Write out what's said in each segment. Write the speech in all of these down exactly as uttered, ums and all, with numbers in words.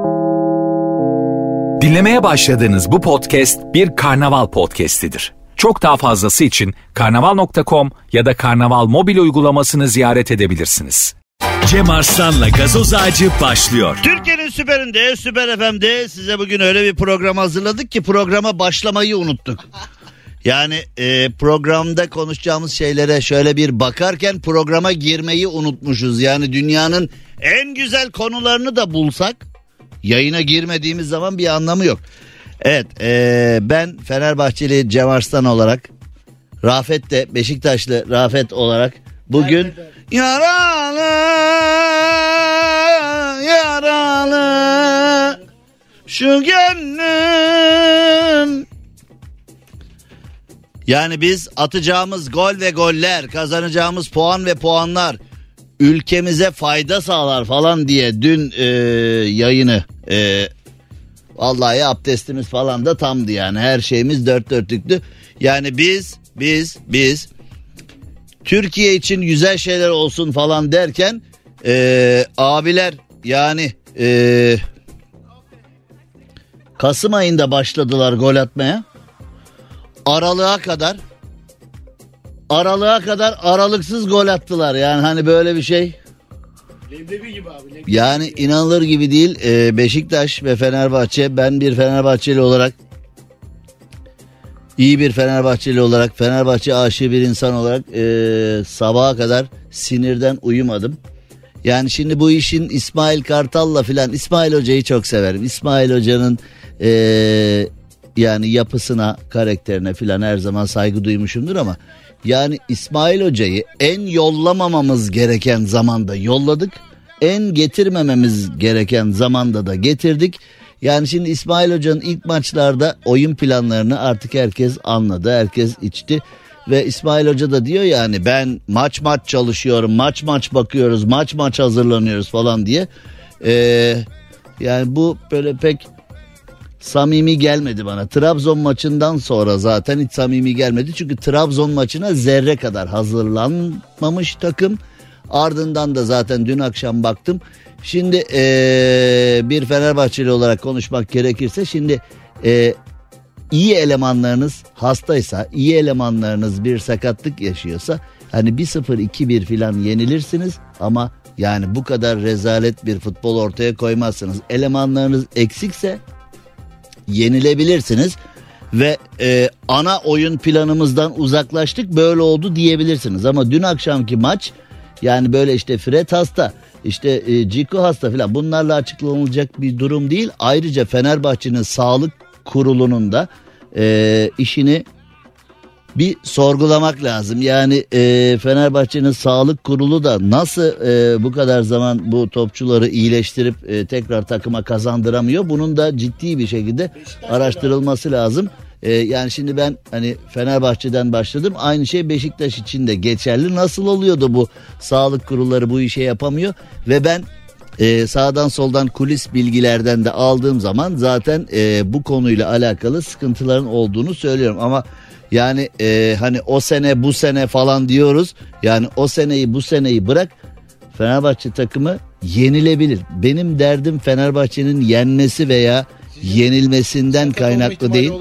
Dinlemeye başladığınız bu podcast bir karnaval podcastidir. Çok daha fazlası için karnaval nokta com ya da karnaval mobil uygulamasını ziyaret edebilirsiniz. Cem Arslan'la Gazoz Ağacı başlıyor. Türkiye'nin süperinde, Süper F M'de size bugün öyle bir program hazırladık ki programa başlamayı unuttuk. Yani e, programda konuşacağımız şeylere şöyle bir bakarken programa girmeyi unutmuşuz. Yani dünyanın en güzel konularını da bulsak yayına girmediğimiz zaman bir anlamı yok. Evet, e, ben Fenerbahçeli Cem Arslan olarak, Rafet de Beşiktaşlı Rafet olarak bugün yaralı yaralı şu gönlüm. Yani biz atacağımız gol ve goller, kazanacağımız puan ve puanlar ülkemize fayda sağlar falan diye dün e, yayını e, vallahi abdestimiz falan da tamdı, yani her şeyimiz dört dörtlüktü. Yani biz biz biz Türkiye için güzel şeyler olsun falan derken e, abiler yani e, Kasım ayında başladılar gol atmaya. Aralığa kadar Aralığa kadar aralıksız gol attılar. Yani hani böyle bir şey. Leblebi gibi abi. Leblebi yani gibi. inanılır gibi değil. Ee, Beşiktaş ve Fenerbahçe, ben bir Fenerbahçeli olarak, iyi bir Fenerbahçeli olarak, Fenerbahçe aşığı bir insan olarak e, sabaha kadar sinirden uyumadım. Yani şimdi bu işin İsmail Kartal'la filan, İsmail Hoca'yı çok severim. İsmail Hoca'nın e, yani yapısına, karakterine filan her zaman saygı duymuşumdur ama yani İsmail Hoca'yı en yollamamamız gereken zamanda yolladık. En getirmememiz gereken zamanda da getirdik. Yani şimdi İsmail Hoca'nın ilk maçlarda oyun planlarını artık herkes anladı. Herkes içti. Ve İsmail Hoca da diyor yani ben maç maç çalışıyorum. Maç maç bakıyoruz. Maç maç hazırlanıyoruz falan diye. Ee, yani bu böyle pek samimi gelmedi bana. Trabzon maçından sonra zaten hiç samimi gelmedi. Çünkü Trabzon maçına zerre kadar hazırlanmamış takım. Ardından da zaten dün akşam baktım. Şimdi ee, bir Fenerbahçeli olarak konuşmak gerekirse şimdi ee, iyi elemanlarınız hastaysa, iyi elemanlarınız bir sakatlık yaşıyorsa hani bir sıfır iki bir filan yenilirsiniz ama yani bu kadar rezalet bir futbol ortaya koymazsınız. Elemanlarınız eksikse yenilebilirsiniz ve e, ana oyun planımızdan uzaklaştık, böyle oldu diyebilirsiniz. Ama dün akşamki maç yani böyle işte Fred hasta, işte e, Ciku hasta filan, bunlarla açıklanılacak bir durum değil. Ayrıca Fenerbahçe'nin sağlık kurulunun da e, işini bir sorgulamak lazım. Yani e, Fenerbahçe'nin sağlık kurulu da nasıl e, bu kadar zaman bu topçuları iyileştirip e, tekrar takıma kazandıramıyor? Bunun da ciddi bir şekilde araştırılması lazım. E, yani şimdi ben hani Fenerbahçe'den başladım. Aynı şey Beşiktaş için de geçerli. Nasıl oluyordu bu sağlık kurulları bu işe yapamıyor? Ve ben e, sağdan soldan kulis bilgilerden de aldığım zaman zaten e, bu konuyla alakalı sıkıntıların olduğunu söylüyorum. Ama yani e, hani o sene bu sene falan diyoruz. Yani o seneyi bu seneyi bırak, Fenerbahçe takımı yenilebilir. Benim derdim Fenerbahçe'nin yenmesi veya sizin yenilmesinden kaynaklı değil.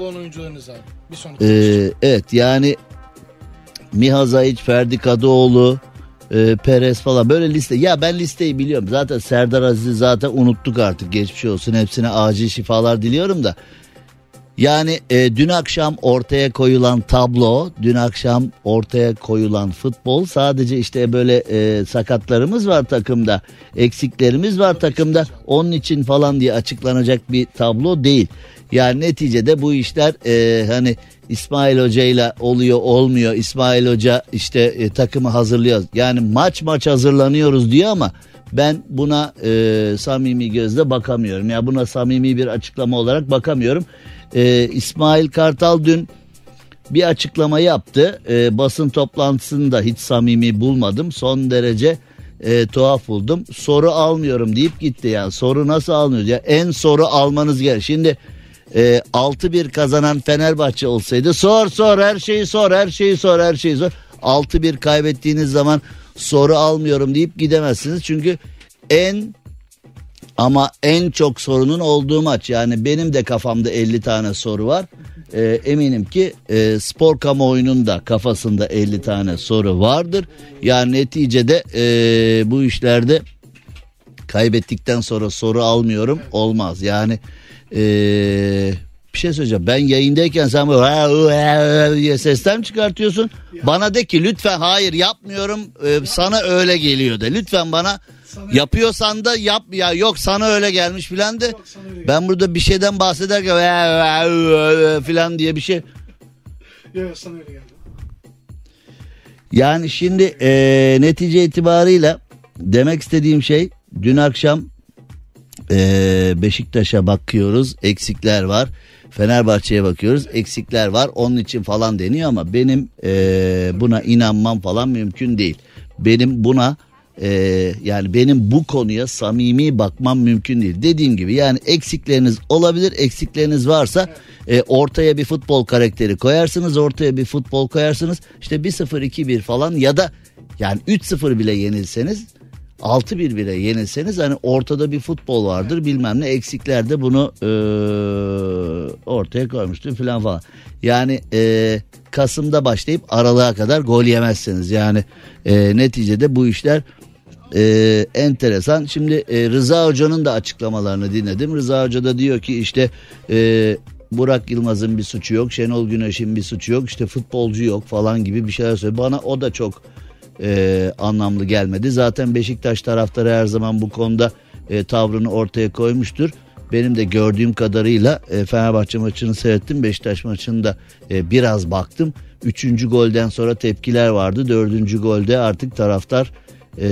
Ee, evet yani Miha Zayç, Ferdi Kadıoğlu, e, Perez falan böyle liste. Ya ben listeyi biliyorum. Zaten Serdar Aziz'i zaten unuttuk artık. Geçmiş olsun. Hepsine acil şifalar diliyorum da. Yani e, dün akşam ortaya koyulan tablo, dün akşam ortaya koyulan futbol sadece işte böyle e, sakatlarımız var takımda, eksiklerimiz var takımda, onun için falan diye açıklanacak bir tablo değil. Yani neticede bu işler e, hani İsmail Hoca ile oluyor olmuyor, İsmail Hoca işte e, takımı hazırlıyor. Yani maç maç hazırlanıyoruz diyor ama ben buna e, samimi gözle bakamıyorum. Ya yani buna samimi bir açıklama olarak bakamıyorum. Ee, İsmail Kartal dün bir açıklama yaptı. Ee, basın toplantısını da hiç samimi bulmadım. Son derece e, tuhaf buldum. Soru almıyorum deyip gitti ya. Soru nasıl almıyoruz ya? En soru almanız gerek. Şimdi e, altı bir kazanan Fenerbahçe olsaydı sor sor her şeyi sor her şeyi sor her şeyi sor. altı bir kaybettiğiniz zaman soru almıyorum deyip gidemezsiniz. Çünkü en Ama en çok sorunun olduğu maç, yani benim de kafamda elli tane soru var. Ee, eminim ki e, spor kamuoyunun da kafasında elli tane soru vardır. Yani neticede e, bu işlerde kaybettikten sonra soru almıyorum, olmaz. Yani e, bir şey söyleyeceğim, ben yayındayken sen böyle diye sesten mi çıkartıyorsun? Bana de ki lütfen hayır yapmıyorum, e, sana öyle geliyor de. Lütfen bana sana yapıyorsan da yap ya, yok sana öyle gelmiş filan de. Ben burada bir şeyden bahsederken filan diye bir şey. Yok sana öyle geldi. Yani şimdi e, netice itibarıyla demek istediğim şey, dün akşam e, Beşiktaş'a bakıyoruz, eksikler var. Fenerbahçe'ye bakıyoruz, eksikler var, onun için falan deniyor ama benim e, buna inanmam falan mümkün değil. Benim buna e, yani benim bu konuya samimi bakmam mümkün değil. Dediğim gibi yani eksikleriniz olabilir, eksikleriniz varsa e, ortaya bir futbol karakteri koyarsınız, ortaya bir futbol koyarsınız. İşte bir sıfır iki bir falan ya da yani üç sıfır bile yenilseniz, altı bir bile yenilseniz hani ortada bir futbol vardır bilmem ne, eksikler de bunu e, ortaya koymuştur falan falan. Yani e, Kasım'da başlayıp aralığa kadar gol yemezsiniz. Yani e, neticede bu işler e, enteresan. Şimdi e, Rıza Hoca'nın da açıklamalarını dinledim. Rıza Hoca da diyor ki işte e, Burak Yılmaz'ın bir suçu yok, Şenol Güneş'in bir suçu yok, işte futbolcu yok falan gibi bir şeyler söylüyor. Bana o da çok e, anlamlı gelmedi. Zaten Beşiktaş taraftarı her zaman bu konuda e, tavrını ortaya koymuştur. Benim de gördüğüm kadarıyla e, Fenerbahçe maçını seyrettim. Beşiktaş maçını da e, biraz baktım. Üçüncü golden sonra tepkiler vardı. Dördüncü golde artık taraftar e,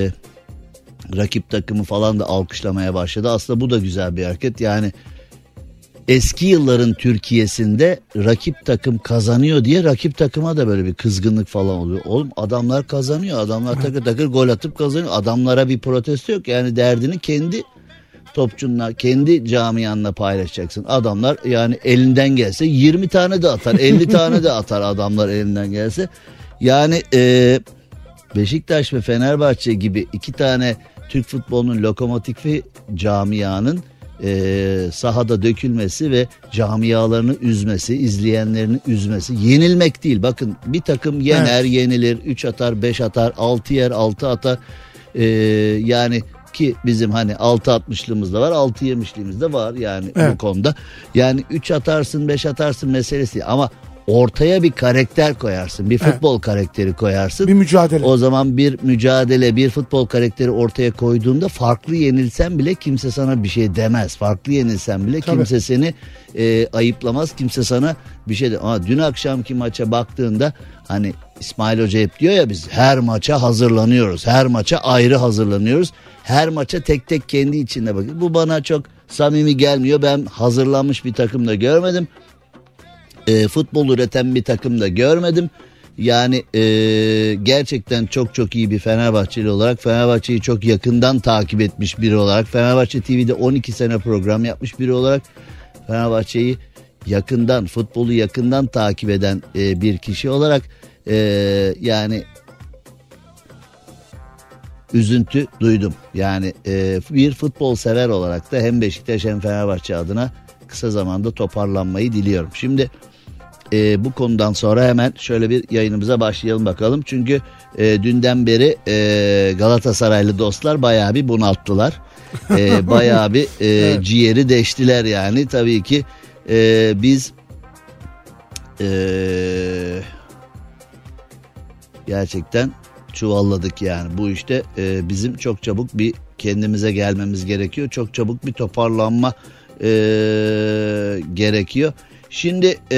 rakip takımı falan da alkışlamaya başladı. Aslında bu da güzel bir hareket. Yani eski yılların Türkiye'sinde rakip takım kazanıyor diye rakip takıma da böyle bir kızgınlık falan oluyor. Oğlum adamlar kazanıyor. Adamlar takır takır gol atıp kazanıyor. Adamlara bir protesto yok. Yani derdini kendi topçunla, kendi camianla paylaşacaksın. Adamlar yani elinden gelse yirmi tane de atar, elli tane de atar adamlar elinden gelse. Yani e, Beşiktaş ve Fenerbahçe gibi iki tane Türk futbolunun lokomotifi camianın e, sahada dökülmesi ve camialarını üzmesi, izleyenlerini üzmesi, yenilmek değil. Bakın bir takım yener, evet, yenilir, üç atar, beş atar, altı yer, altı atar. E, yani ki bizim hani altı atmışlığımız da var, altı yemişliğimiz de var yani, evet, bu konuda. Yani üç atarsın, beş atarsın meselesi ama ortaya bir karakter koyarsın, bir futbol, evet, karakteri koyarsın. Bir mücadele. O zaman bir mücadele, bir futbol karakteri ortaya koyduğunda farklı yenilsen bile kimse sana bir şey demez. Farklı yenilsen bile, tabii, kimse seni e, ayıplamaz, kimse sana bir şey demez. Ama dün akşamki maça baktığında hani İsmail Hoca hep diyor ya, biz her maça hazırlanıyoruz. Her maça ayrı hazırlanıyoruz. Her maça tek tek kendi içinde bakın. Bu bana çok samimi gelmiyor. Ben hazırlanmış bir takım da görmedim. E, futbol üreten bir takım da görmedim. Yani e, gerçekten çok çok iyi bir Fenerbahçeli olarak, Fenerbahçe'yi çok yakından takip etmiş biri olarak, Fenerbahçe T V'de on iki sene program yapmış biri olarak, Fenerbahçe'yi yakından, futbolu yakından takip eden e, bir kişi olarak e, yani üzüntü duydum. Yani e, bir futbol sever olarak da hem Beşiktaş hem Fenerbahçe adına kısa zamanda toparlanmayı diliyorum. Şimdi e, bu konudan sonra hemen şöyle bir yayınımıza başlayalım bakalım. Çünkü e, dünden beri e, Galatasaraylı dostlar bayağı bir bunalttılar. E, bayağı bir e, evet, ciğeri deştiler yani. Tabii ki e, biz e, gerçekten çuvalladık yani. Bu işte e, bizim çok çabuk bir kendimize gelmemiz gerekiyor. Çok çabuk bir toparlanma e, gerekiyor. Şimdi e,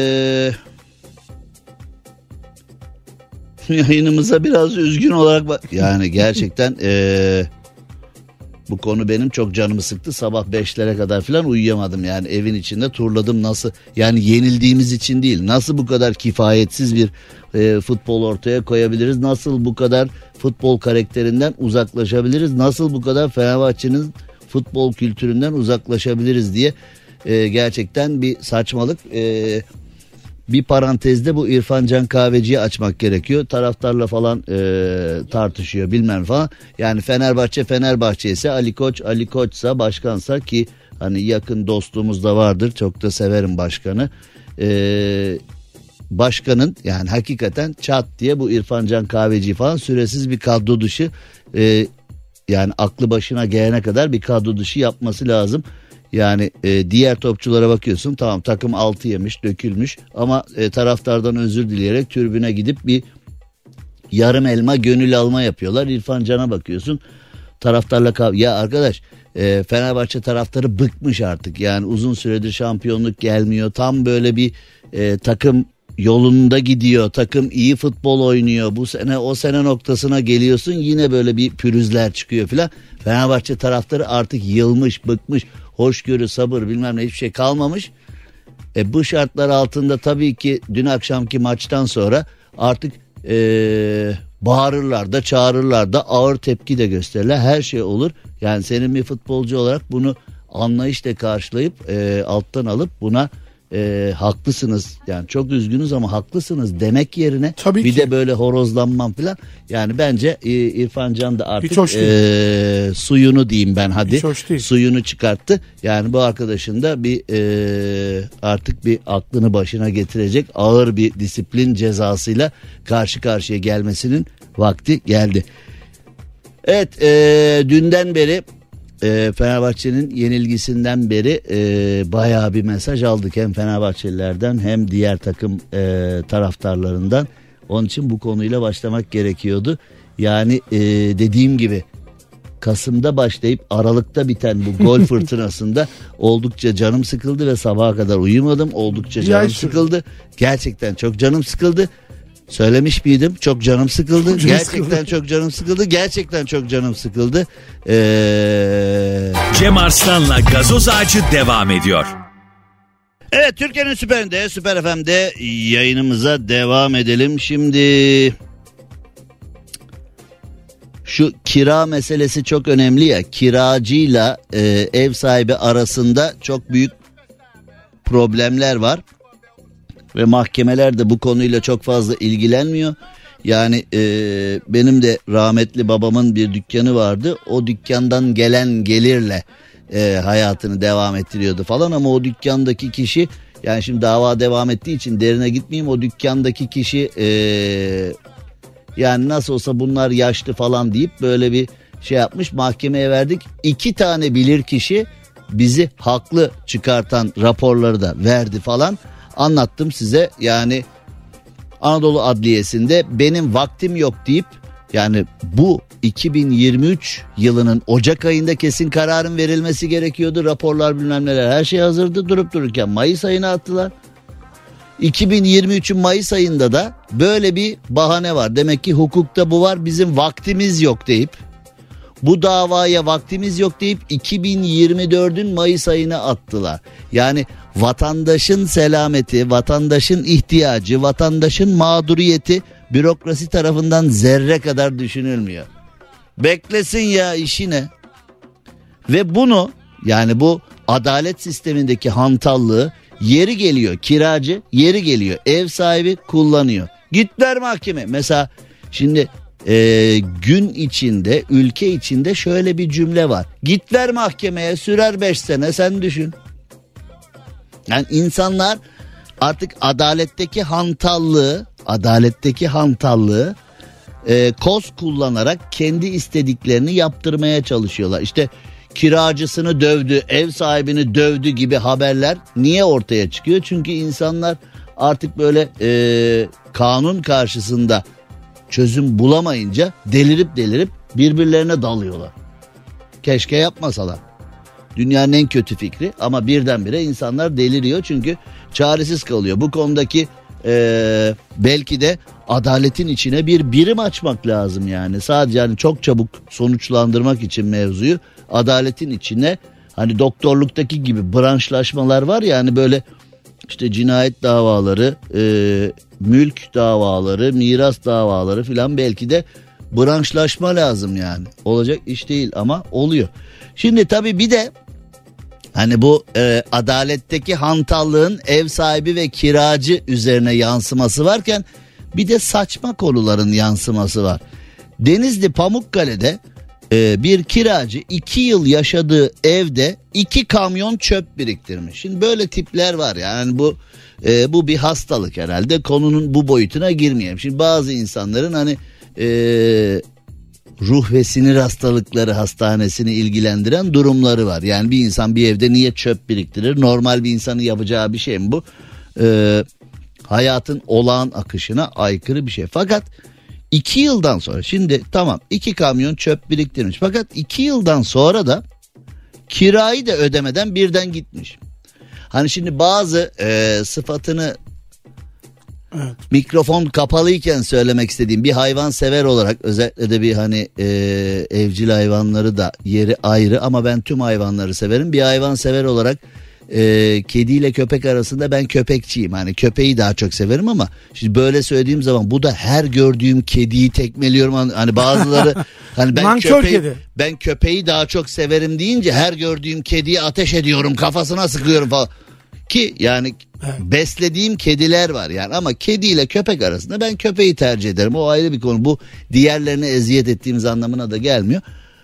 yayınımıza biraz üzgün olarak bak. Yani gerçekten e, bu konu benim çok canımı sıktı. Sabah beşlere kadar falan uyuyamadım. Yani evin içinde turladım nasıl. Yani yenildiğimiz için değil. Nasıl bu kadar kifayetsiz bir e, futbol ortaya koyabiliriz? Nasıl bu kadar futbol karakterinden uzaklaşabiliriz? Nasıl bu kadar Fenerbahçe'nin futbol kültüründen uzaklaşabiliriz diye e, gerçekten bir saçmalık. E, bir parantezde bu İrfan Can Kahveci'yi açmak gerekiyor. Taraftarla falan e, tartışıyor bilmem falan. Yani Fenerbahçe Fenerbahçe ise, Ali Koç Ali Koç'sa, başkansa, ki hani yakın dostluğumuz da vardır. Çok da severim başkanı. Eee Başkanın yani hakikaten çat diye bu İrfan Can Kahveci falan süresiz bir kadro dışı, e, yani aklı başına gelene kadar bir kadro dışı yapması lazım. Yani e, diğer topçulara bakıyorsun, tamam takım altı yemiş, dökülmüş ama e, taraftardan özür dileyerek tribüne gidip bir yarım elma gönül alma yapıyorlar. İrfan Can'a bakıyorsun, taraftarla kav- ya arkadaş, e, Fenerbahçe taraftarı bıkmış artık. Yani uzun süredir şampiyonluk gelmiyor, tam böyle bir e, takım yolunda gidiyor, takım iyi futbol oynuyor, bu sene o sene noktasına geliyorsun, yine böyle bir pürüzler çıkıyor filan. Fenerbahçe taraftarı artık yılmış, bıkmış, hoşgörü, sabır bilmem ne, hiçbir şey kalmamış. E, bu şartlar altında tabii ki dün akşamki maçtan sonra artık e, bağırırlar da çağırırlar da, ağır tepki de gösterirler, her şey olur. Yani senin bir futbolcu olarak bunu anlayışla karşılayıp e, alttan alıp buna E, haklısınız yani çok üzgünüz ama haklısınız demek yerine Tabii bir ki. de böyle horozlanmam falan, yani bence e, İrfan Can da artık hoş e, suyunu diyeyim ben hadi Hiç hoş değil. suyunu çıkarttı. Yani bu arkadaşın da bir e, artık bir aklını başına getirecek ağır bir disiplin cezasıyla karşı karşıya gelmesinin vakti geldi. Evet, e, dünden beri E, Fenerbahçe'nin yenilgisinden beri e, bayağı bir mesaj aldık, hem Fenerbahçelilerden hem diğer takım e, taraftarlarından. Onun için bu konuyla başlamak gerekiyordu. Yani e, dediğim gibi Kasım'da başlayıp Aralık'ta biten bu gol fırtınasında oldukça canım sıkıldı ve sabaha kadar uyumadım. Oldukça canım sıkıldı. Gerçekten çok canım sıkıldı. Söylemiş miydim? Çok canım sıkıldı. Çok Gerçekten sıkıldı. çok canım sıkıldı. Gerçekten çok canım sıkıldı. Ee... Cem Arslan'la Gazoz Ağacı devam ediyor. Evet, Türkiye'nin süperinde, Süper F M'de yayınımıza devam edelim. Şimdi şu kira meselesi çok önemli ya. Kiracıyla e, ev sahibi arasında çok büyük problemler var. Ve mahkemeler de bu konuyla çok fazla ilgilenmiyor. Yani e, benim de rahmetli babamın bir dükkanı vardı. O dükkandan gelen gelirle e, hayatını devam ettiriyordu falan. Ama o dükkandaki kişi, yani şimdi dava devam ettiği için derine gitmeyeyim. O dükkandaki kişi e, yani nasıl olsa bunlar yaşlı falan deyip böyle bir şey yapmış, mahkemeye verdik. İki tane bilirkişi bizi haklı çıkartan raporları da verdi falan. Anlattım size. Yani Anadolu Adliyesi'nde benim vaktim yok deyip, yani bu iki bin yirmi üç yılının Ocak ayında kesin kararın verilmesi gerekiyordu. Raporlar bilmem neler, her şey hazırdı. Durup dururken Mayıs ayına attılar. iki bin yirmi üçün Mayıs ayında da böyle bir bahane var. Demek ki hukukta bu var, bizim vaktimiz yok deyip, bu davaya vaktimiz yok deyip iki bin yirmi dördün Mayıs ayına attılar. Yani vatandaşın selameti, vatandaşın ihtiyacı, vatandaşın mağduriyeti bürokrasi tarafından zerre kadar düşünülmüyor. Beklesin ya, işine. Ve bunu, yani bu adalet sistemindeki hantallığı yeri geliyor kiracı, yeri geliyor ev sahibi kullanıyor. Git ver mahkeme. Mesela şimdi e, gün içinde, ülke içinde şöyle bir cümle var. Git ver mahkemeye, sürer beş sene, sen düşün. Yani insanlar artık adaletteki hantallığı, adaletteki hantallığı e, koz kullanarak kendi istediklerini yaptırmaya çalışıyorlar. İşte kiracısını dövdü, ev sahibini dövdü gibi haberler niye ortaya çıkıyor? Çünkü insanlar artık böyle e, kanun karşısında çözüm bulamayınca delirip delirip birbirlerine dalıyorlar. Keşke yapmasalar. Dünyanın en kötü fikri, ama birdenbire insanlar deliriyor çünkü çaresiz kalıyor. Bu konudaki e, belki de adaletin içine bir birim açmak lazım yani. Sadece yani çok çabuk sonuçlandırmak için mevzuyu adaletin içine, hani doktorluktaki gibi branşlaşmalar var ya, hani böyle işte cinayet davaları, e, mülk davaları, miras davaları filan, belki de branşlaşma lazım yani. Olacak iş değil ama oluyor. Şimdi tabii bir de Hani bu e, adaletteki hantallığın ev sahibi ve kiracı üzerine yansıması varken bir de saçma konuların yansıması var. Denizli Pamukkale'de e, bir kiracı iki yıl yaşadığı evde iki kamyon çöp biriktirmiş. Şimdi böyle tipler var yani bu e, bu bir hastalık herhalde, konunun bu boyutuna girmeyelim. Şimdi bazı insanların hani e, ruh ve sinir hastalıkları hastanesini ilgilendiren durumları var. Yani bir insan bir evde niye çöp biriktirir? Normal bir insanın yapacağı bir şey mi bu? Ee, hayatın olağan akışına aykırı bir şey. Fakat iki yıldan sonra, şimdi tamam iki kamyon çöp biriktirmiş. Fakat iki yıldan sonra da kirayı da ödemeden birden gitmiş. Hani şimdi bazı e, sıfatını evet, mikrofon kapalıyken söylemek istediğim bir hayvan sever olarak, özellikle de bir hani e, evcil hayvanları da yeri ayrı ama ben tüm hayvanları severim. Bir hayvan sever olarak e, kediyle köpek arasında ben köpekçiyim. Hani köpeği daha çok severim ama şimdi böyle söylediğim zaman bu da her gördüğüm kediyi tekmeliyorum. Hani bazıları hani ben köpeği, ben köpeği daha çok severim deyince her gördüğüm kediyi ateş ediyorum, kafasına sıkıyorum falan. Ki yani evet, beslediğim kediler var yani, ama kediyle köpek arasında ben köpeği tercih ederim. O ayrı bir konu. Bu diğerlerine eziyet ettiğimiz anlamına da gelmiyor.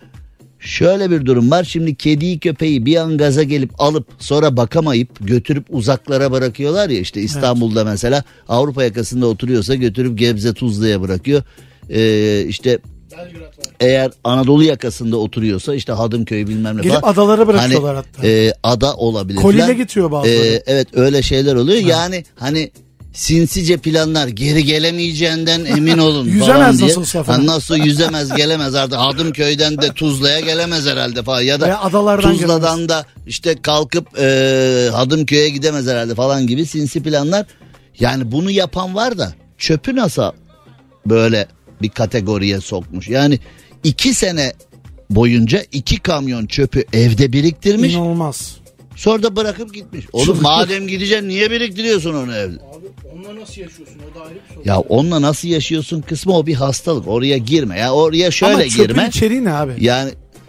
Şöyle bir durum var. Şimdi kediyi köpeği bir an gaza gelip alıp sonra bakamayıp götürüp uzaklara bırakıyorlar ya, işte İstanbul'da evet, mesela Avrupa yakasında oturuyorsa götürüp Gebze Tuzla'ya bırakıyor. Ee, işte eğer Anadolu yakasında oturuyorsa işte Hadımköy bilmem ne falan. Gelip adalara bırakıyorlar hani, hatta. E, ada olabilir. Koliyle getiriyor bazıları. E, evet öyle şeyler oluyor. Ha. Yani hani sinsice planlar, geri gelemeyeceğinden emin olun. Yüzemez nasıl hani nasıl yüzemez, gelemez artık. Hadımköy'den de Tuzla'ya gelemez herhalde falan. Ya da Tuzla'dan gelemez, da işte kalkıp e, Hadımköy'e gidemez herhalde falan gibi sinsi planlar. Yani bunu yapan var da çöpü nasıl böyle bir kategoriye sokmuş. Yani iki sene boyunca iki kamyon çöpü evde biriktirmiş. İnanılmaz. Sonra da bırakıp gitmiş. Oğlum madem gideceksin niye biriktiriyorsun onu evde? Abi onunla nasıl yaşıyorsun? O da ayrı bir sorun. Ya onunla nasıl yaşıyorsun kısmı o bir hastalık. Oraya girme. Ya oraya şöyle ama girme. Ama çöpün içeriği ne abi? Yani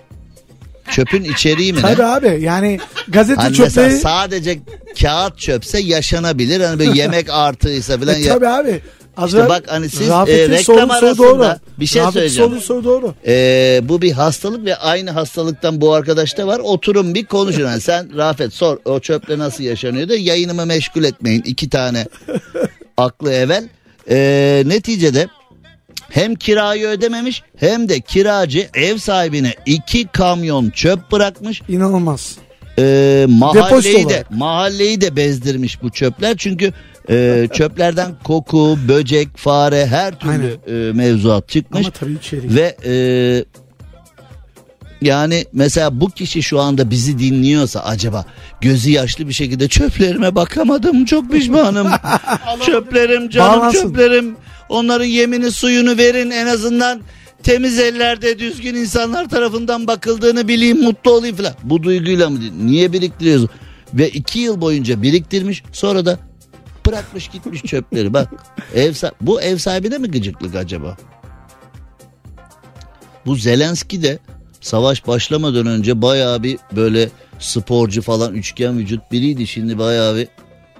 çöpün içeriği mi ne? Tabii abi yani gazete hani çöpleri. Mesela sadece kağıt çöpse yaşanabilir. Hani böyle yemek artıysa falan. E, ya... tabii abi. İşte bak hani siz e, reklam arasında doğru, bir şey Rafet'in söyleyeceğim. Soru, soru doğru. E, bu bir hastalık ve aynı hastalıktan bu arkadaşta var. Oturun bir konuşun. Yani sen Rafet sor o çöple nasıl yaşanıyordu. Yayınımı meşgul etmeyin. İki tane aklı evvel. E, neticede hem kirayı ödememiş hem de kiracı ev sahibine iki kamyon çöp bırakmış. İnanılmaz. E, mahalleyi de mahalleyi de bezdirmiş bu çöpler. Çünkü Ee, çöplerden koku, böcek, fare her türlü e, mevzuat çıkmış. Ama tabii içerik. Ve e, yani mesela bu kişi şu anda bizi dinliyorsa acaba gözü yaşlı bir şekilde çöplerime bakamadım, çok pişmanım. Çöplerim canım Bağlansın. çöplerim. Onların yemini suyunu verin, en azından temiz ellerde düzgün insanlar tarafından bakıldığını bileyim, mutlu olayım falan. Bu duyguyla mı? Niye biriktiriyorsun? Ve iki yıl boyunca biriktirmiş, sonra da bırakmış gitmiş çöpleri. Bak ev bu ev sahibine mi gıcıklık acaba? Bu Zelenski de savaş başlamadan önce bayağı bir böyle sporcu falan, üçgen vücut biriydi. Şimdi bayağı bir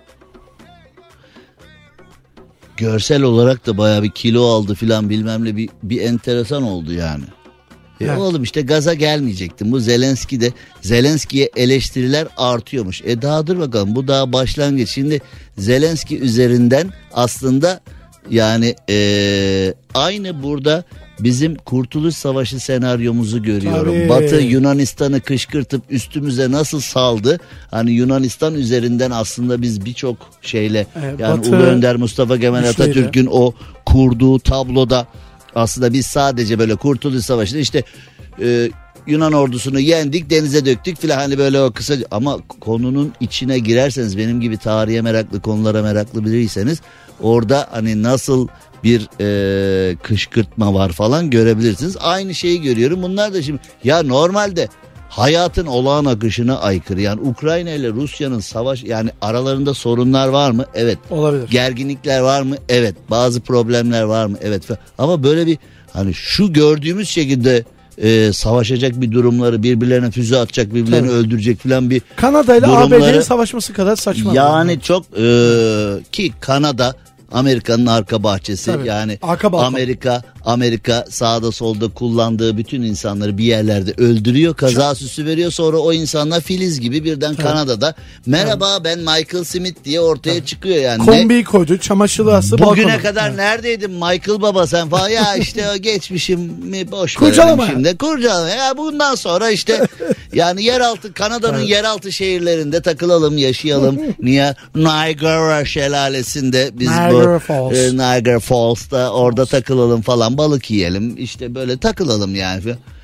görsel olarak da bayağı bir kilo aldı filan, bilmem ne, bir, bir enteresan oldu yani. E evet. Oğlum işte gaza gelmeyecektim. Bu Zelenski de, Zelenski'ye eleştiriler artıyormuş. E daha dur bakalım, bu daha başlangıç. Şimdi Zelenski üzerinden aslında yani e, aynı burada bizim Kurtuluş Savaşı senaryomuzu görüyorum. Tabii. Batı Yunanistan'ı kışkırtıp üstümüze nasıl saldı? Hani Yunanistan üzerinden aslında biz birçok şeyle e, yani Batı, Ulu Önder Mustafa Kemal Atatürk'ün o kurduğu tabloda aslında biz sadece böyle Kurtuluş Savaşı'nda işte e, Yunan ordusunu yendik, denize döktük filan, hani böyle o kısa, ama konunun içine girerseniz, benim gibi tarihe meraklı, konulara meraklı biriyseniz orada hani nasıl bir e, kışkırtma var falan görebilirsiniz. Aynı şeyi görüyorum. Bunlar da şimdi ya normalde hayatın olağan akışına aykırı. Yani Ukrayna ile Rusya'nın savaş, yani aralarında sorunlar var mı? Evet. Olabilir. Gerginlikler var mı? Evet. Bazı problemler var mı? Evet. Ama böyle bir hani şu gördüğümüz şekilde e, savaşacak bir durumları, birbirlerine füze atacak, birbirlerini Tabii. öldürecek filan bir Kanada ile A B C'nin durumları. savaşması kadar saçma. Yani çok e, ki Kanada Amerika'nın arka bahçesi. Tabii, Yani arka balkon. Amerika Amerika sağda solda kullandığı bütün insanları bir yerlerde öldürüyor, kaza süsü veriyor, sonra o insanlar Filiz gibi birden Kanada'da merhaba ben Michael Smith diye ortaya Tabii. çıkıyor yani. Kombiyi Ne? koydu, çamaşırı astı Bugüne balkona. kadar Evet. neredeydin Michael baba sen falan ya işte o geçmişim mi boş Kurcalama. verelim şimdi kurcalama ya bundan sonra işte yani yeraltı Kanada'nın Evet. yeraltı şehirlerinde takılalım yaşayalım. Niye Niagara şelalesinde biz Niagara bu Falls. e, Niagara Falls'ta orada takılalım falan balık yiyelim işte böyle takılalım yani.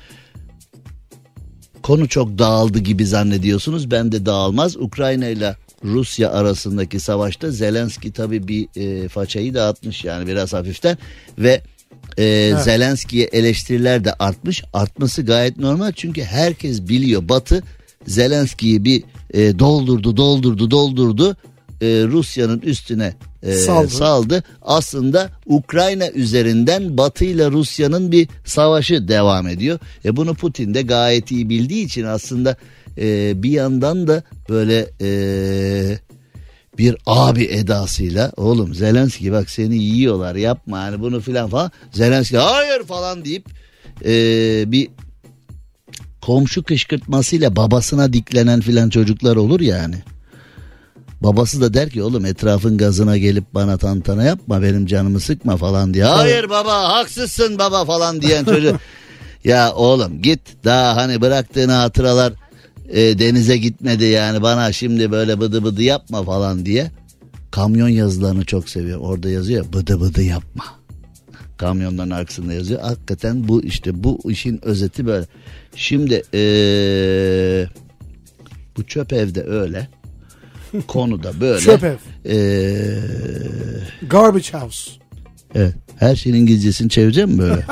Konu çok dağıldı gibi zannediyorsunuz, ben de dağılmaz. Ukrayna ile Rusya arasındaki savaşta Zelenski tabii bir e, façayı dağıtmış yani biraz hafiften ve e, evet. Zelenski'ye eleştiriler de artmış. Artması gayet normal çünkü herkes biliyor, Batı Zelenski'yi bir e, doldurdu doldurdu doldurdu e, Rusya'nın üstüne e, saldı. saldı. Aslında Ukrayna üzerinden Batı ile Rusya'nın bir savaşı devam ediyor. E, bunu Putin de gayet iyi bildiği için aslında e, bir yandan da böyle e, bir abi edasıyla oğlum Zelenski bak seni yiyorlar yapma hani bunu filan falan. Zelenski hayır falan deyip e, bir komşu kışkırtmasıyla babasına diklenen filan çocuklar olur yani. Babası da der ki oğlum etrafın gazına gelip bana tantana yapma benim canımı sıkma falan diye. Hayır baba haksızsın baba falan diyen çocuk. Ya oğlum git daha hani bıraktığın hatıralar e, denize gitmedi yani bana şimdi böyle bıdı bıdı yapma falan diye. Kamyon yazılarını çok seviyorum. Orada yazıyor bıdı bıdı yapma. Kamyonların arkasında yazıyor. Hakikaten bu işte bu işin özeti böyle. Şimdi ee, bu çöp evde öyle. Konu da böyle. Çöp ev. Ee, Garbage house. Evet. Her şeyin İngilizcesini çevireceğim mi böyle?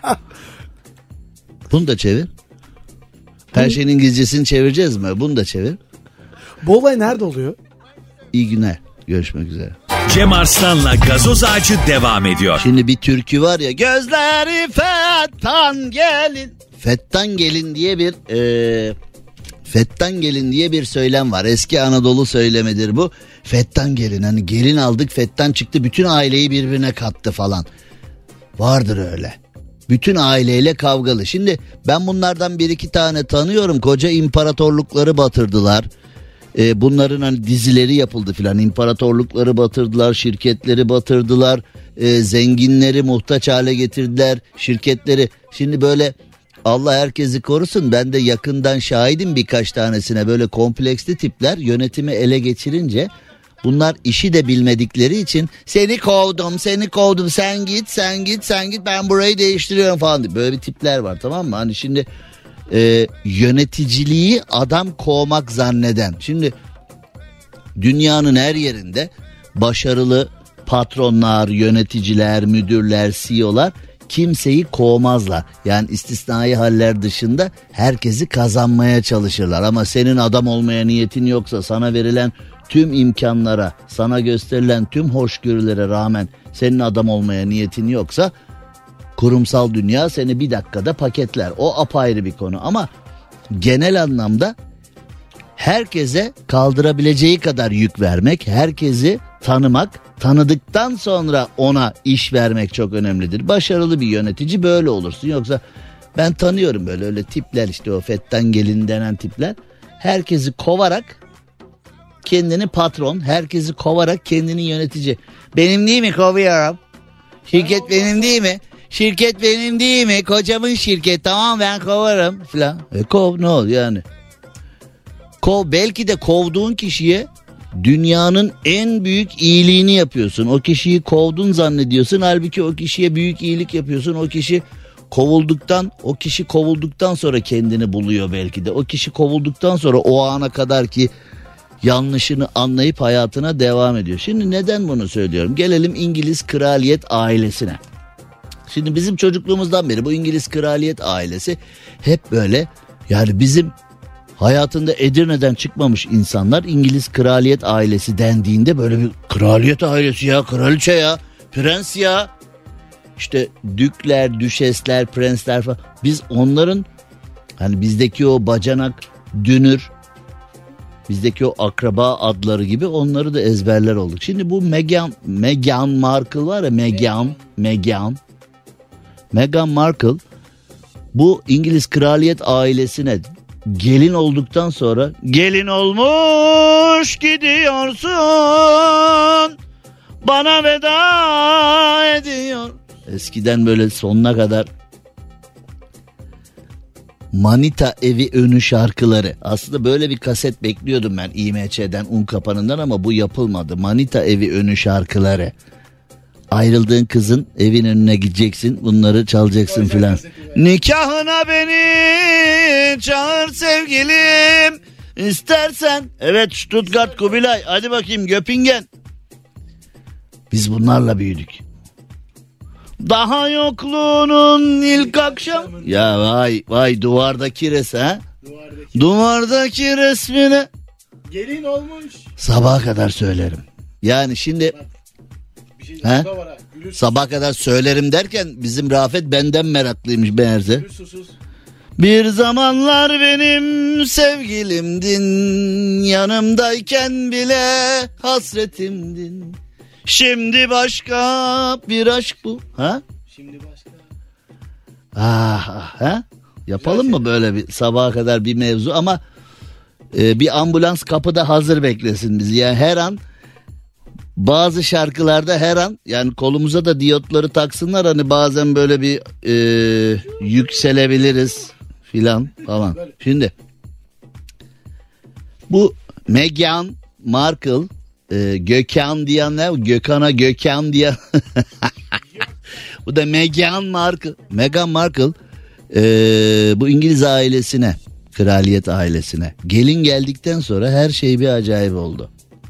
Bunu da çevir. Her şeyin İngilizcesini çevireceğiz mi? Bunu da çevir. Bu olay nerede oluyor? İyi günler. Görüşmek üzere. Cem Arslan'la Gazoz Ağacı devam ediyor. Şimdi bir türkü var ya. Gözleri fettan gelin. Fettan gelin diye bir e, fettan gelin diye bir söylem var. Eski Anadolu söylemidir bu. Fettan gelin, hani gelin aldık fettan çıktı bütün aileyi birbirine kattı falan. Vardır öyle. Bütün aileyle kavgalı. Şimdi ben bunlardan bir iki tane tanıyorum. Koca imparatorlukları batırdılar. Ee, bunların hani dizileri yapıldı filan. İmparatorlukları batırdılar, şirketleri batırdılar. Ee, zenginleri muhtaç hale getirdiler, şirketleri. Şimdi böyle Allah herkesi korusun, ben de yakından şahidim birkaç tanesine. Böyle kompleksli tipler yönetimi ele geçirince bunlar işi de bilmedikleri için seni kovdum seni kovdum sen git sen git sen git ben burayı değiştiriyorum falan diye. Böyle bir tipler var, tamam mı? Hani şimdi e, yöneticiliği adam kovmak zanneden. Şimdi dünyanın her yerinde başarılı patronlar, yöneticiler, müdürler, C E O'lar kimseyi kovmazlar. Yani istisnai haller dışında herkesi kazanmaya çalışırlar. Ama senin adam olmaya niyetin yoksa, sana verilen tüm imkanlara, sana gösterilen tüm hoşgörülere rağmen senin adam olmaya niyetin yoksa kurumsal dünya seni bir dakikada paketler. O apayrı bir konu ama genel anlamda herkese kaldırabileceği kadar yük vermek, herkesi tanımak, tanıdıktan sonra ona iş vermek çok önemlidir. Başarılı bir yönetici böyle olursun. Yoksa ben tanıyorum böyle öyle tipler, işte o Fettan Gelin denen tipler. Herkesi kovarak kendini patron, herkesi kovarak kendini yönetici. Benim değil mi, kovuyorum. Şirket benim değil mi? Şirket benim değil mi? Kocamın şirket, tamam ben kovarım falan. E kov ne ol yani? Kov, belki de kovduğun kişiye dünyanın en büyük iyiliğini yapıyorsun. O kişiyi kovdun zannediyorsun. Halbuki o kişiye büyük iyilik yapıyorsun. O kişi kovulduktan, o kişi kovulduktan sonra kendini buluyor belki de. O kişi kovulduktan sonra o ana kadar ki yanlışını anlayıp hayatına devam ediyor. Şimdi neden bunu söylüyorum? Gelelim İngiliz kraliyet ailesine. Şimdi bizim çocukluğumuzdan beri bu İngiliz kraliyet ailesi hep böyle, yani bizim hayatında Edirne'den çıkmamış insanlar İngiliz kraliyet ailesi dendiğinde böyle bir kraliyet ailesi ya, kraliçe ya, prens ya. işte dükler, düşesler, prensler falan. Biz onların hani bizdeki o bacanak, dünür, bizdeki o akraba adları gibi onları da ezberler olduk. Şimdi bu Meghan, Meghan Markle var ya, Meghan, Meghan, Meghan Markle bu İngiliz kraliyet ailesine gelin olduktan sonra gelin olmuş gidiyorsun bana veda ediyor. Eskiden böyle sonuna kadar Manita evi önü şarkıları. Aslında böyle bir kaset bekliyordum ben İ M Ç'den, Unkapanı'ndan ama bu yapılmadı. Manita evi önü şarkıları. Ayrıldığın kızın evin önüne gideceksin, bunları çalacaksın filan. Nikahına beni çağır sevgilim istersen. Evet, Stuttgart Kubilay, hadi bakayım Göppingen. Biz bunlarla büyüdük. Daha yokluğunun ilk akşam. Ya vay vay duvardaki res ha. Duvardaki, duvardaki resmine. Gelin olmuş. Sabaha kadar söylerim. Yani şimdi Şey he? Sabaha kadar söylerim derken bizim Rafet benden meraklıymış meğerse. Bir zamanlar benim sevgilimdin, yanımdayken bile hasretimdin. Şimdi başka bir aşk bu. Ha? Şimdi başka. Ah, ah ha? Yapalım mı böyle bir sabaha kadar bir mevzu ama e, bir ambulans kapıda hazır beklesin bizi. Yani her an bazı şarkılarda her an yani kolumuza da diyotları taksınlar, hani bazen böyle bir e, yükselebiliriz filan falan. Şimdi bu Meghan Markle e, Gökhan diyenler, Gökhan'a Gökhan diyen bu da Meghan Markle. Meghan Markle e, bu İngiliz ailesine, kraliyet ailesine gelin geldikten sonra her şey bir acayip oldu.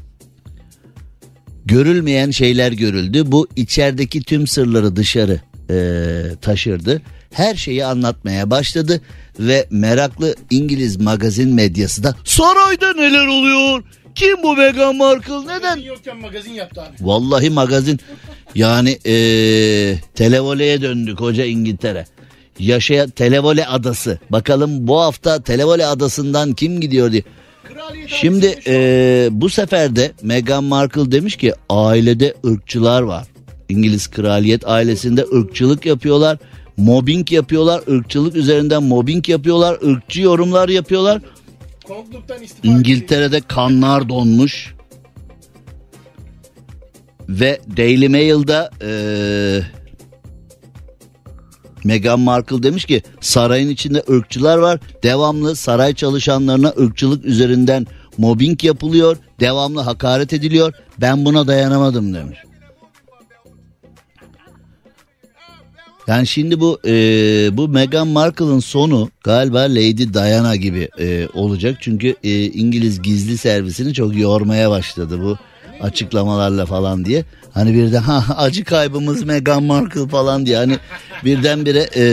Görülmeyen şeyler görüldü. Bu içerideki tüm sırları dışarı e, taşırdı. Her şeyi anlatmaya başladı ve meraklı İngiliz magazin medyası da sarayda neler oluyor? Kim bu Meghan Markle? Neden? Magazin yokken magazin yaptı abi. Vallahi magazin. Yani e, televoleye döndü koca İngiltere. Yaşayan Televole adası. Bakalım bu hafta Televole adasından kim gidiyor diye. Şimdi e, bu sefer de Meghan Markle demiş ki ailede ırkçılar var. İngiliz kraliyet ailesinde ırkçılık yapıyorlar. Mobbing yapıyorlar. Irkçılık üzerinden mobbing yapıyorlar. Irkçı yorumlar yapıyorlar. İngiltere'de kanlar donmuş. Ve Daily Mail'da e, Meghan Markle demiş ki sarayın içinde ırkçılar var. Devamlı saray çalışanlarına ırkçılık üzerinden mobbing yapılıyor. Devamlı hakaret ediliyor. Ben buna dayanamadım demiş. Yani şimdi bu e, bu Meghan Markle'ın sonu galiba Lady Diana gibi e, olacak. Çünkü e, İngiliz gizli servisini çok yormaya başladı bu açıklamalarla falan diye. Hani birden ha acı kaybımız Meghan Markle falan diye. Hani birdenbire e,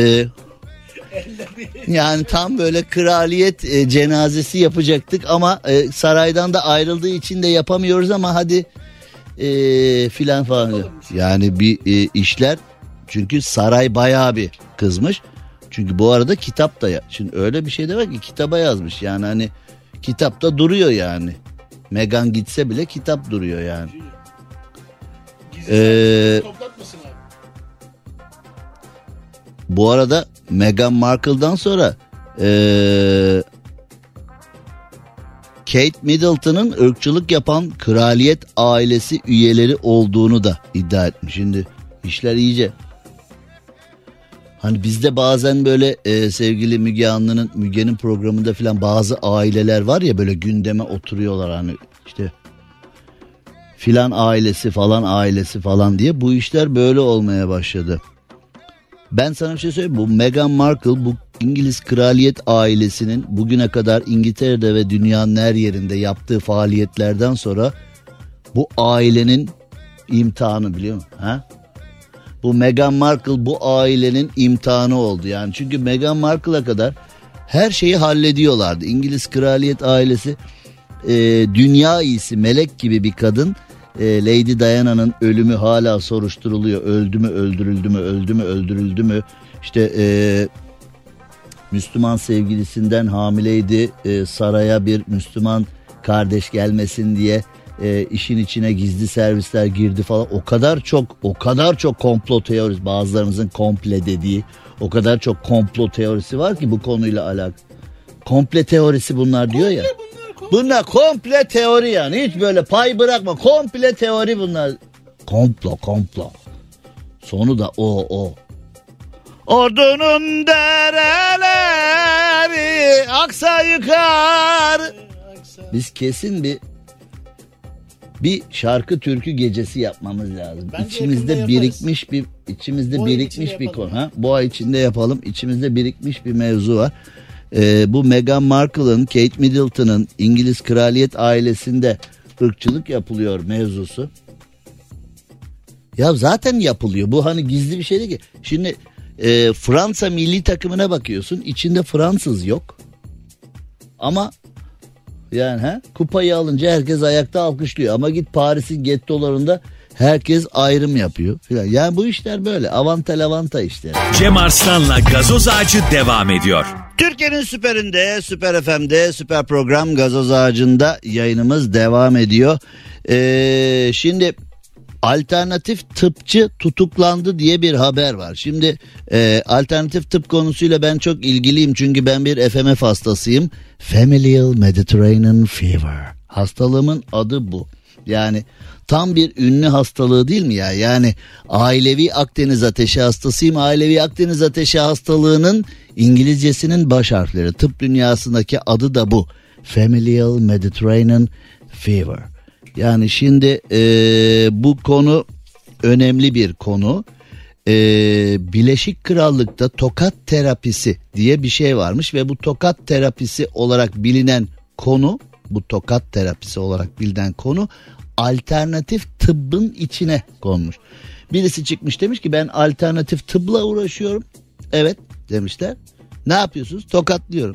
yani tam böyle kraliyet e, cenazesi yapacaktık ama e, saraydan da ayrıldığı için de yapamıyoruz ama hadi e, filan falan. Yani bir e, işler, çünkü saray bayağı bir kızmış. Çünkü bu arada kitap da ya. Şimdi öyle bir şey de var ki kitaba yazmış. Yani hani kitapta duruyor yani. Meghan gitse bile kitap duruyor yani. Ee, bu arada Meghan Markle'dan sonra ee, Kate Middleton'ın ırkçılık yapan kraliyet ailesi üyeleri olduğunu da iddia etmiş. Şimdi işler iyice. Hani bizde bazen böyle e, sevgili Müge Anlı'nın, Müge'nin programında filan bazı aileler var ya, böyle gündeme oturuyorlar hani işte filan ailesi falan ailesi falan diye. Bu işler böyle olmaya başladı. Ben sana bir şey söyleyeyim. Bu Meghan Markle, bu İngiliz kraliyet ailesinin bugüne kadar İngiltere'de ve dünyanın her yerinde yaptığı faaliyetlerden sonra bu ailenin imtihanı, biliyor musun? Ha? Bu Meghan Markle bu ailenin imtihanı oldu yani. Çünkü Meghan Markle'a kadar her şeyi hallediyorlardı. İngiliz kraliyet ailesi e, dünya iyisi, melek gibi bir kadın. e, Lady Diana'nın ölümü hala soruşturuluyor. Öldü mü, öldürüldü mü, öldü mü, öldürüldü mü? İşte e, Müslüman sevgilisinden hamileydi. E, saraya bir Müslüman kardeş gelmesin diye e, işin içine gizli servisler girdi falan. O kadar çok, o kadar çok komplo teorisi, bazılarınızın komple dediği o kadar çok komplo teorisi var ki bu konuyla alakalı. Komple teorisi bunlar diyor ya. Bunlar komple teori yani. Hiç böyle pay bırakma. Komple teori bunlar. Komplo, komplo. Sonu da o, o. Ordunun dereleri aksa yukarı. Biz kesin bir bir şarkı türkü gecesi yapmamız lazım. Bence içimizde birikmiş bir içimizde Bu ay birikmiş içinde bir yapalım. konu. Ha? Bu ay içinde yapalım. İçimizde birikmiş bir mevzu var. Ee, bu Meghan Markle'ın, Kate Middleton'ın İngiliz kraliyet ailesinde ırkçılık yapılıyor mevzusu. Ya zaten yapılıyor. Bu hani gizli bir şey değil ki. Şimdi e, Fransa milli takımına bakıyorsun. İçinde Fransız yok. Ama yani he, kupayı alınca herkes ayakta alkışlıyor. Ama git Paris'in gettolarında herkes ayrım yapıyor filan. Yani bu işler böyle. Avanta lavanta işler. Cem Arslan'la Gazoz Ağacı devam ediyor. Türkiye'nin süperinde, Süper F M'de, süper program Gazoz Ağacı'nda yayınımız devam ediyor. Ee, şimdi alternatif tıpçı tutuklandı diye bir haber var. Şimdi e, alternatif tıp konusuyla ben çok ilgiliyim çünkü ben bir F M F hastasıyım. Familial Mediterranean Fever. Hastalığımın adı bu. Yani tam bir ünlü hastalığı değil mi ya? Yani ailevi Akdeniz ateşi hastasıyım. Ailevi Akdeniz ateşi hastalığının İngilizcesinin baş harfleri. Tıp dünyasındaki adı da bu. Familial Mediterranean Fever. Yani şimdi e, bu konu önemli bir konu. E, Birleşik Krallık'ta tokat terapisi diye bir şey varmış ve bu tokat terapisi olarak bilinen konu, bu tokat terapisi olarak bilinen konu alternatif tıbbın içine konmuş. Birisi çıkmış demiş ki ben alternatif tıbla uğraşıyorum. Evet demişler. Ne yapıyorsunuz? Tokatlıyorum.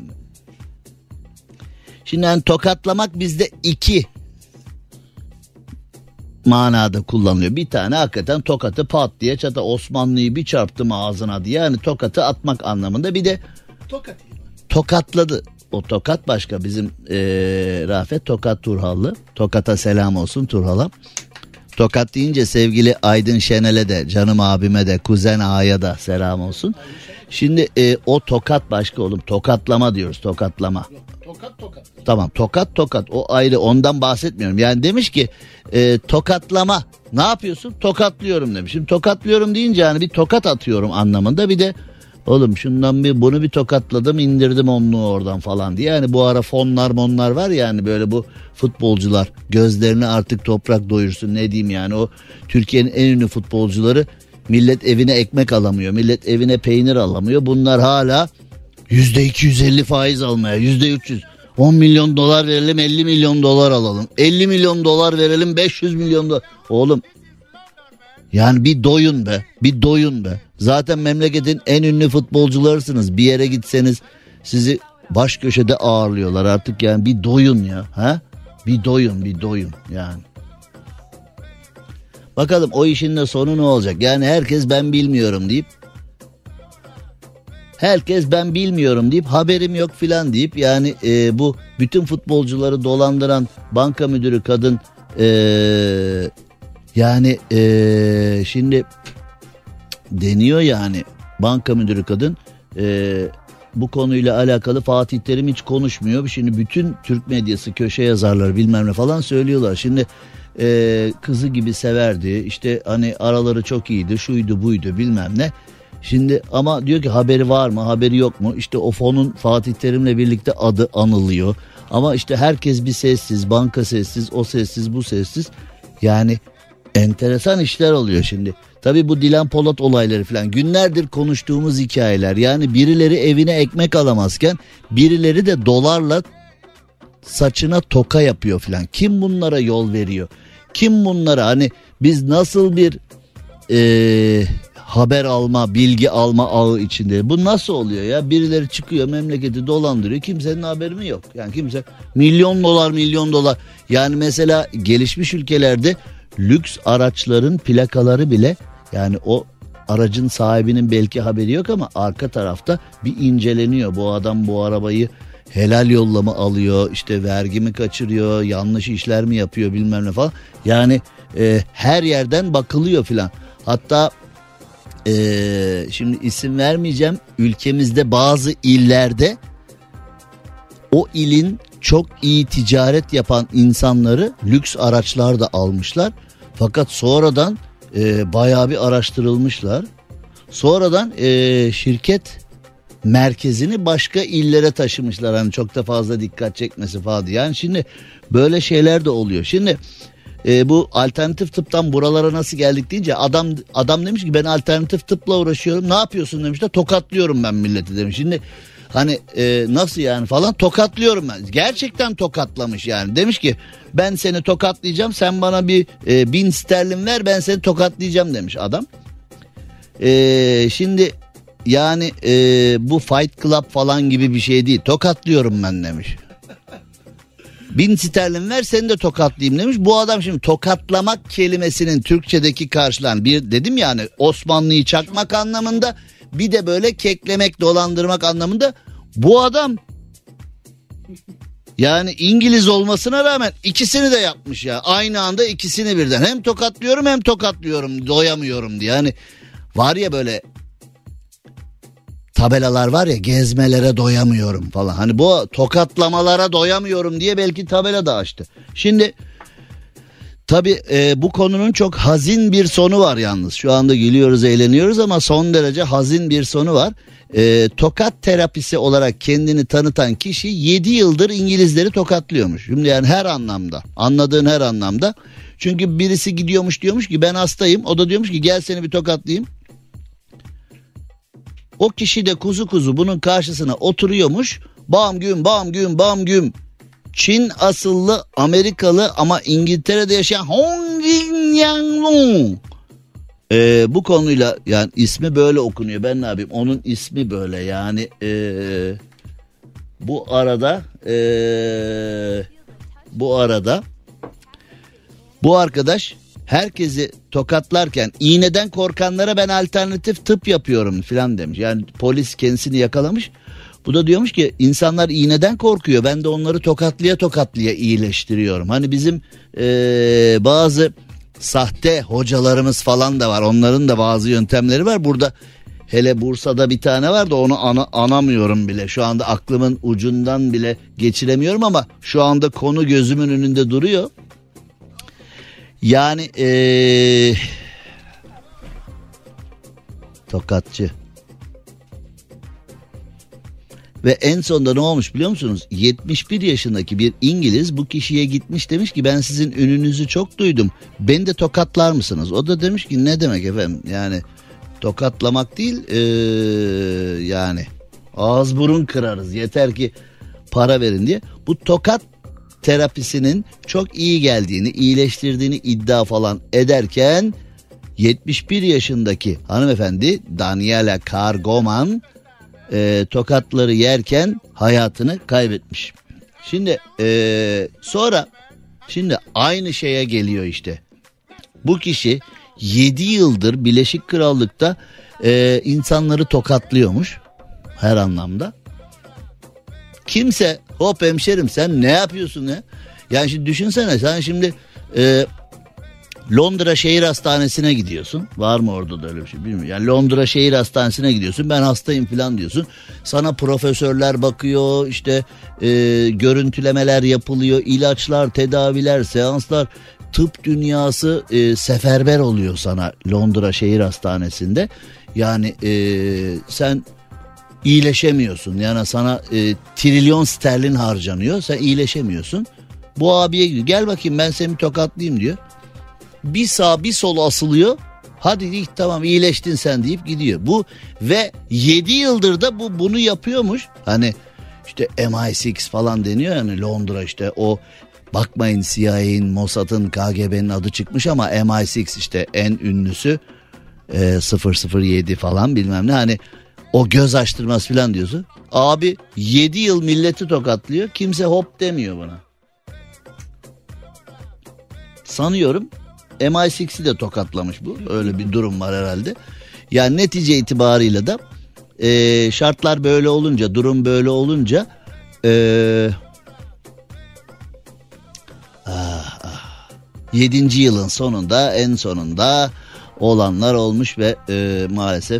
Şimdi yani tokatlamak bizde iki manada kullanılıyor. Bir tane hakikaten tokatı pat diye çata Osmanlı'yı bir çarptım ağzına diye yani tokatı atmak anlamında. Bir de Tokat. tokatladı. O tokat başka bizim ee, Rafet Tokat Turhallı. Tokat'a selam olsun Turhal'a. Tokat deyince sevgili Aydın Şenel'e de canım abime de kuzen ağaya da selam olsun. Şimdi e, o tokat başka oğlum. Tokatlama diyoruz, tokatlama. Tokat tokat. Tamam, tokat tokat o ayrı, ondan bahsetmiyorum. Yani demiş ki e, tokatlama ne yapıyorsun? Tokatlıyorum demiş. Şimdi tokatlıyorum deyince yani bir tokat atıyorum anlamında, bir de oğlum şundan bir bunu bir tokatladım indirdim onluğu oradan falan diye. Yani bu ara fonlar monlar var yani böyle bu futbolcular gözlerini artık toprak doyursun ne diyeyim yani, o Türkiye'nin en ünlü futbolcuları millet evine ekmek alamıyor, millet evine peynir alamıyor. Bunlar hala yüzde iki yüz elli faiz almaya, yüzde üç yüz on milyon dolar verelim elli milyon dolar alalım, elli milyon dolar verelim beş yüz milyon dolar. Oğlum yani bir doyun be, bir doyun be. Zaten memleketin en ünlü futbolcularısınız. Bir yere gitseniz sizi baş köşede ağırlıyorlar artık yani, bir doyun ya. Ha? Bir doyun, bir doyun yani. Bakalım o işin de sonu ne olacak? Yani herkes ben bilmiyorum deyip herkes ben bilmiyorum deyip haberim yok filan deyip yani e, bu bütün futbolcuları dolandıran banka müdürü kadın eee Yani ee, şimdi deniyor yani banka müdürü kadın ee, bu konuyla alakalı Fatih Terim hiç konuşmuyor. Şimdi bütün Türk medyası köşe yazarları bilmem ne falan söylüyorlar. Şimdi ee, kızı gibi severdi işte hani araları çok iyiydi şuydu buydu bilmem ne. Şimdi ama diyor ki haberi var mı haberi yok mu, işte o fonun Fatih Terim'le birlikte adı anılıyor. Ama işte herkes bir sessiz, banka sessiz, o sessiz bu sessiz yani. Enteresan işler oluyor şimdi. Tabii bu Dilan Polat olayları falan günlerdir konuştuğumuz hikayeler. Yani birileri evine ekmek alamazken birileri de dolarla saçına toka yapıyor falan. Kim bunlara yol veriyor? Kim bunlara hani biz nasıl bir ee, haber alma, bilgi alma ağı içinde? Bu nasıl oluyor ya? Birileri çıkıyor memleketi dolandırıyor. Kimsenin haberi mi yok? Yani kimse milyon dolar milyon dolar. Yani mesela gelişmiş ülkelerde lüks araçların plakaları bile, yani o aracın sahibinin belki haberi yok ama arka tarafta bir inceleniyor. Bu adam bu arabayı helal yolla mı alıyor, işte vergi mi kaçırıyor, yanlış işler mi yapıyor, bilmem ne falan. Yani e, her yerden bakılıyor filan. Hatta e, şimdi isim vermeyeceğim, ülkemizde bazı illerde o ilin çok iyi ticaret yapan insanları lüks araçlar da almışlar. Fakat sonradan e, bayağı bir araştırılmışlar. Sonradan e, şirket merkezini başka illere taşımışlar. Hani çok da fazla dikkat çekmesi falan. Yani şimdi böyle şeyler de oluyor. Şimdi e, bu alternatif tıptan buralara nasıl geldik deyince adam adam demiş ki ben alternatif tıpla uğraşıyorum. Ne yapıyorsun demişler. Tokatlıyorum ben milleti demiş. Şimdi hani e, nasıl yani falan, tokatlıyorum ben. Gerçekten tokatlamış yani. Demiş ki ben seni tokatlayacağım, sen bana bir e, bin sterlin ver, ben seni tokatlayacağım demiş adam. E, şimdi yani e, bu Fight Club falan gibi bir şey değil. Tokatlıyorum ben demiş. Bin sterlin ver, seni de tokatlayayım demiş. Bu adam şimdi tokatlamak kelimesinin Türkçedeki karşılığını, bir dedim yani Osmanlı'yı çakmak anlamında, bir de böyle keklemek, dolandırmak anlamında. Bu adam yani İngiliz olmasına rağmen ikisini de yapmış ya. Aynı anda ikisini birden. Hem tokatlıyorum hem tokatlıyorum, doyamıyorum diye. Yani var ya böyle tabelalar var ya, gezmelere doyamıyorum falan. Hani bu tokatlamalara doyamıyorum diye belki tabela da açtı. Şimdi tabii e, bu konunun çok hazin bir sonu var yalnız. Şu anda gülüyoruz, eğleniyoruz ama son derece hazin bir sonu var. E, tokat terapisi olarak kendini tanıtan kişi yedi yıldır İngilizleri tokatlıyormuş. Şimdi yani her anlamda, anladığın her anlamda. Çünkü birisi gidiyormuş, diyormuş ki ben hastayım. O da diyormuş ki gel seni bir tokatlayayım. O kişi de kuzu kuzu bunun karşısına oturuyormuş. Bam güm bam güm bam güm. Çin asıllı Amerikalı ama İngiltere'de yaşayan Hong Yang ee, bu konuyla, yani ismi böyle okunuyor, ben ne yapayım, onun ismi böyle yani ee, bu arada ee, bu arada bu arkadaş herkesi tokatlarken iğneden korkanlara ben alternatif tıp yapıyorum filan demiş. Yani polis kendisini yakalamış. Bu da diyormuş ki insanlar iğneden korkuyor, ben de onları tokatlaya tokatlaya iyileştiriyorum. Hani bizim ee, bazı sahte hocalarımız falan da var, onların da bazı yöntemleri var. Burada hele Bursa'da bir tane var da onu ana, anamıyorum bile. Şu anda aklımın ucundan bile geçiremiyorum ama şu anda konu gözümün önünde duruyor. Yani ee, tokatçı. Ve en sonunda ne olmuş biliyor musunuz? yetmiş bir yaşındaki bir İngiliz bu kişiye gitmiş, demiş ki ben sizin ününüzü çok duydum. Beni de tokatlar mısınız? O da demiş ki ne demek efendim? Yani tokatlamak değil ee, yani ağız burun kırarız. Yeter ki para verin diye. Bu tokat terapisinin çok iyi geldiğini, iyileştirdiğini iddia falan ederken yetmiş bir yaşındaki hanımefendi Daniela Kargoman e, tokatları yerken hayatını kaybetmiş. Şimdi e, sonra şimdi aynı şeye geliyor işte. Bu kişi yedi yıldır Birleşik Krallık'ta e, insanları tokatlıyormuş her anlamda. Kimse hop hemşerim sen ne yapıyorsun ya? Yani şimdi düşünsene, sen şimdi e, Londra Şehir Hastanesi'ne gidiyorsun. Var mı orada da öyle bir şey bilmiyorum. Yani Londra Şehir Hastanesi'ne gidiyorsun, ben hastayım falan diyorsun. Sana profesörler bakıyor, işte e, görüntülemeler yapılıyor, ilaçlar, tedaviler, seanslar. Tıp dünyası e, seferber oluyor sana Londra Şehir Hastanesi'nde. Yani e, sen iyileşemiyorsun. Yani sana e, trilyon sterlin harcanıyor. Sen iyileşemiyorsun. Bu abiye gidiyor. Gel bakayım ben seni tokatlayayım diyor. Bir sağ bir sol asılıyor. Hadi iyi, tamam iyileştin sen deyip gidiyor. Bu ve yedi yıldır da bu bunu yapıyormuş. Hani işte M I altı falan deniyor yani Londra, işte o bakmayın C I A'nin, Mossad'ın, K G B'nin adı çıkmış ama M I altı işte en ünlüsü e, sıfır sıfır yedi falan bilmem ne, hani o göz açtırmaz falan diyorsun. Abi yedi yıl milleti tokatlıyor, kimse hop demiyor buna. Sanıyorum M I altı'ı de tokatlamış bu. Öyle bir durum var herhalde. Yani netice itibarıyla da e, şartlar böyle olunca, durum böyle olunca e, ah, ah, yedinci yılın sonunda en sonunda olanlar olmuş ve e, maalesef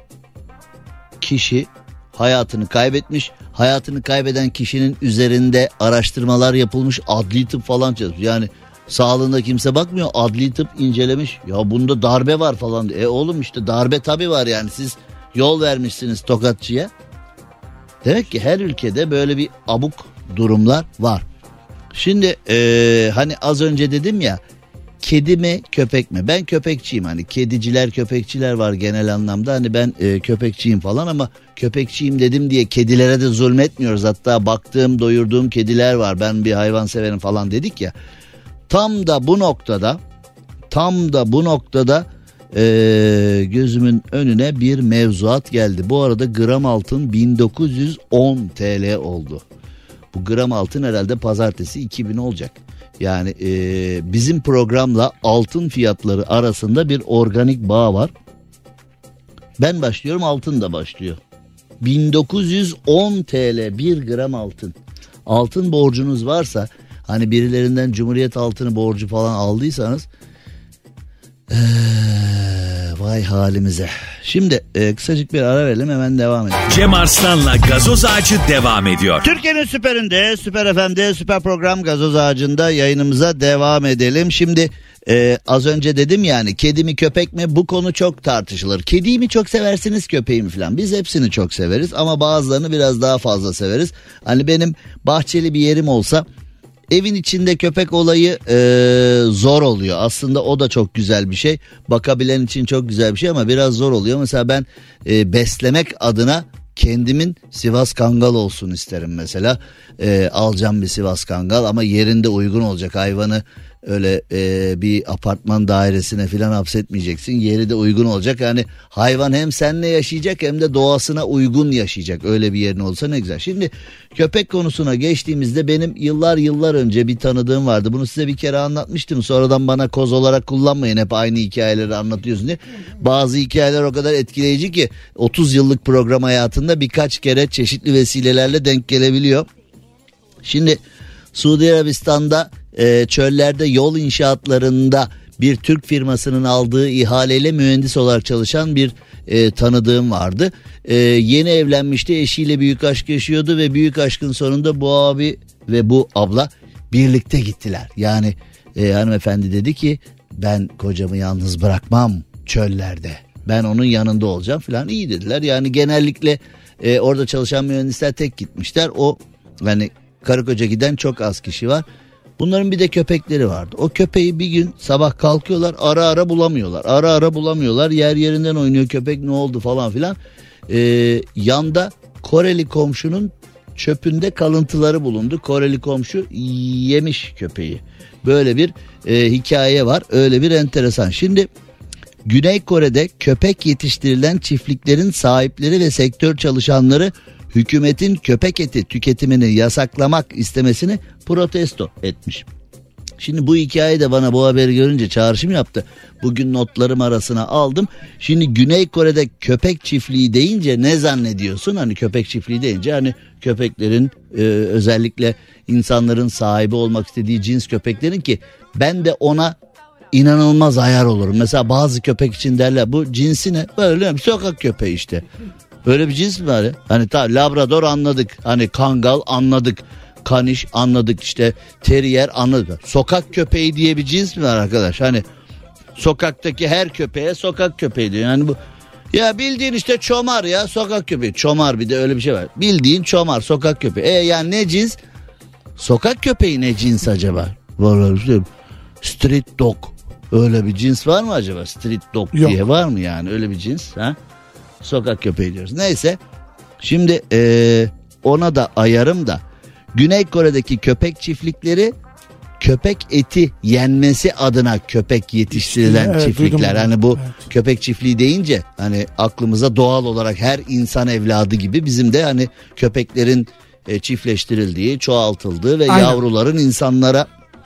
kişi hayatını kaybetmiş. Hayatını kaybeden kişinin üzerinde araştırmalar yapılmış, adli tıp falan çalışmış. Yani sağlığında kimse bakmıyor, adli tıp incelemiş. Ya bunda darbe var falan. E oğlum işte darbe tabii var yani, siz yol vermişsiniz tokatçıya. Demek ki her ülkede böyle bir abuk durumlar var. Şimdi e, hani az önce dedim ya, kedi mi köpek mi? Ben köpekçiyim, hani kediciler köpekçiler var genel anlamda, hani ben e, köpekçiyim falan, ama köpekçiyim dedim diye kedilere de zulmetmiyoruz. Hatta baktığım doyurduğum kediler var, ben bir hayvan severim falan dedik ya. Tam da bu noktada tam da bu noktada e, gözümün önüne bir mevzuat geldi. Bu arada gram altın bin dokuz yüz on T L oldu. Bu gram altın herhalde pazartesi iki bin olacak. Yani e, bizim programla altın fiyatları arasında bir organik bağ var. Ben başlıyorum, altın da başlıyor. bin dokuz yüz on T L bir gram altın. Altın borcunuz varsa, hani birilerinden Cumhuriyet altını borcu falan aldıysanız ee, vay halimize. Şimdi e, kısacık bir ara verelim, hemen devam edelim. Cem Arslan'la Gazoz Ağacı devam ediyor. Türkiye'nin süperinde, Süper F M'de, süper program Gazoz Ağacı'nda yayınımıza devam edelim. Şimdi e, az önce dedim yani, kedi mi köpek mi, bu konu çok tartışılır. Kediyi mi çok seversiniz, köpeği mi falan? Biz hepsini çok severiz ama bazılarını biraz daha fazla severiz. Hani benim bahçeli bir yerim olsa, evin içinde köpek olayı e, zor oluyor. Aslında o da çok güzel bir şey. Bakabilen için çok güzel bir şey ama biraz zor oluyor. Mesela ben e, beslemek adına kendimin Sivas Kangal olsun isterim mesela. E, alacağım bir Sivas Kangal ama yerinde uygun olacak. Hayvanı öyle e, bir apartman dairesine falan hapsetmeyeceksin. Yeri de uygun olacak. Yani hayvan hem seninle yaşayacak hem de doğasına uygun yaşayacak. Öyle bir yerin olsa ne güzel. Şimdi köpek konusuna geçtiğimizde benim yıllar yıllar önce bir tanıdığım vardı. Bunu size bir kere anlatmıştım. Sonradan bana koz olarak kullanmayın, hep aynı hikayeleri anlatıyorsun diye. Bazı hikayeler o kadar etkileyici ki otuz yıllık program hayatında birkaç kere çeşitli vesilelerle denk gelebiliyor. Şimdi Suudi Arabistan'da e, çöllerde yol inşaatlarında bir Türk firmasının aldığı ihaleyle mühendis olarak çalışan bir e, tanıdığım vardı. E, yeni evlenmişti, eşiyle büyük aşk yaşıyordu ve büyük aşkın sonunda bu abi ve bu abla birlikte gittiler. Yani e, hanımefendi dedi ki, ben kocamı yalnız bırakmam çöllerde, ben onun yanında olacağım falan. İyi dediler. Yani genellikle e, orada çalışan mühendisler tek gitmişler. O yani karı koca giden çok az kişi var. Bunların bir de köpekleri vardı. O köpeği bir gün sabah kalkıyorlar, ara ara bulamıyorlar. Ara ara bulamıyorlar. Yer yerinden oynuyor köpek, ne oldu falan filan. Ee, yanda Koreli komşunun çöpünde kalıntıları bulundu. Koreli komşu yemiş köpeği. Böyle bir e, hikaye var. Öyle bir enteresan. Şimdi Güney Kore'de köpek yetiştirilen çiftliklerin sahipleri ve sektör çalışanları hükümetin köpek eti tüketimini yasaklamak istemesini protesto etmiş. Şimdi bu hikaye de bana bu haberi görünce çağrışım yaptı. Bugün notlarım arasına aldım. Şimdi Güney Kore'de köpek çiftliği deyince ne zannediyorsun? Hani köpek çiftliği deyince hani köpeklerin e, özellikle insanların sahibi olmak istediği cins köpeklerin, ki ben de ona inanılmaz ayar olurum. Mesela bazı köpek için derler, bu cinsi ne? Böyle bir sokak köpeği işte. Öyle bir cins mi var ya? Hani ta Labrador anladık. Hani Kangal anladık. Kaniş anladık, işte Terrier anladık. Sokak köpeği diye bir cins mi var arkadaş? Hani sokaktaki her köpeğe sokak köpeği diyor. Yani bu, ya bildiğin işte çomar ya, sokak köpeği. Çomar, bir de öyle bir şey var. Bildiğin çomar, sokak köpeği. E yani ne cins? Sokak köpeği ne cins acaba? Var öyle. Street dog. Öyle bir cins var mı acaba? Street dog Yok. diye var mı yani öyle bir cins? Ha? Sokak köpeği diyoruz. Neyse. Şimdi ee, ona da ayarım da. Güney Kore'deki köpek çiftlikleri köpek eti yenmesi adına köpek yetiştirilen Evet, çiftlikler. duydum. Hani bu Evet. köpek çiftliği deyince hani aklımıza doğal olarak her insan evladı gibi bizim de hani köpeklerin e, çiftleştirildiği, çoğaltıldığı ve Aynen. yavruların insanlara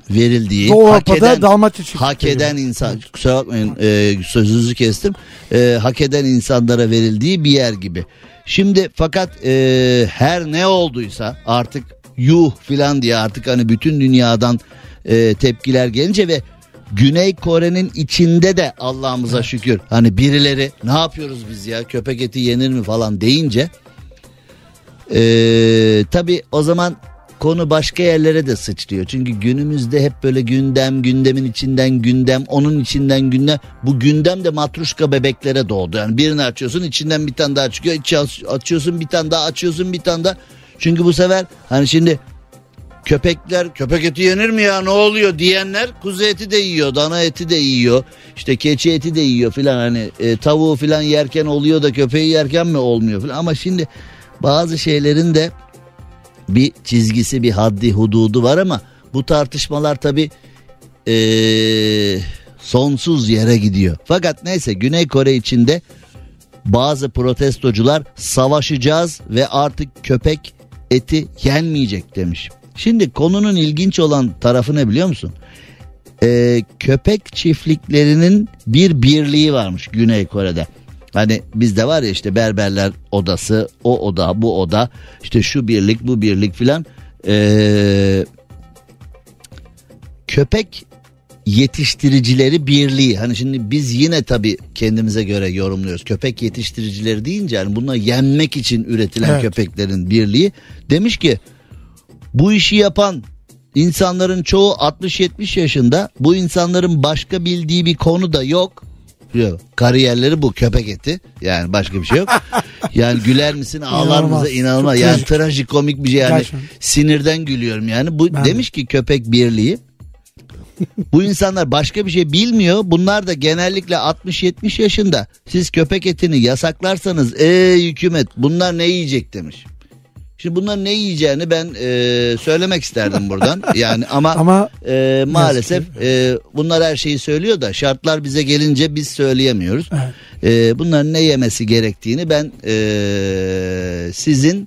verildiği, Doğu hak Avrupa'da eden, Dalmatya çiftlikleri hak eden var. insan, kusura bakmayın e, sözünüzü kestim, e, hak eden insanlara verildiği bir yer gibi. Şimdi fakat e, her ne olduysa artık yuh filan diye artık hani bütün dünyadan e, tepkiler gelince ve Güney Kore'nin içinde de Allah'ımıza evet. şükür hani birileri ne yapıyoruz biz ya, köpek eti yenir mi falan deyince e, tabii o zaman konu başka yerlere de sıçrıyor. Çünkü günümüzde hep böyle gündem, gündemin içinden gündem, onun içinden gündem. Bu gündem de matruşka bebeklere doğdu. Yani birini açıyorsun, içinden bir tane daha çıkıyor. İçi açıyorsun, bir tane daha açıyorsun, bir tane daha. Çünkü bu sefer hani şimdi köpekler, köpek eti yenir mi ya, ne oluyor diyenler kuzu eti de yiyor, dana eti de yiyor. İşte keçi eti de yiyor filan, hani e, tavuğu filan yerken oluyor da köpeği yerken mi olmuyor filan. Ama şimdi bazı şeylerin de bir çizgisi, bir haddi, hududu var ama bu tartışmalar tabii ee, sonsuz yere gidiyor. Fakat neyse, Güney Kore içinde bazı protestocular savaşacağız ve artık köpek eti yenmeyecek demiş. Şimdi konunun ilginç olan tarafı ne biliyor musun? Ee, köpek çiftliklerinin bir birliği varmış Güney Kore'de. Hani bizde var ya işte berberler odası, o oda, bu oda, işte şu birlik, bu birlik filan. Ee, köpek yetiştiricileri birliği. Hani şimdi biz yine tabii kendimize göre yorumluyoruz. Köpek yetiştiricileri deyince yani bunlar yenmek için üretilen evet. köpeklerin birliği. Demiş ki bu işi yapan insanların çoğu altmış yetmiş yaşında. Bu insanların başka bildiği bir konu da yok. Yok. Kariyerleri bu, köpek eti. Yani başka bir şey yok. Yani güler misin, ağlar mısın, inanılmaz. Çok yani trajikomik bir şey yani. Gerçekten. Sinirden gülüyorum yani. Bu ben demiş de. Ki köpek birliği. Bu insanlar başka bir şey bilmiyor. Bunlar da genellikle altmış yetmiş yaşında. Siz köpek etini yasaklarsanız ey hükümet bunlar ne yiyecek demiş. Şimdi bunlar ne yiyeceğini ben e, söylemek isterdim buradan. Yani ama, ama e, maalesef e, bunlar her şeyi söylüyor da şartlar bize gelince biz söyleyemiyoruz. Evet. E, bunların ne yemesi gerektiğini ben e, sizin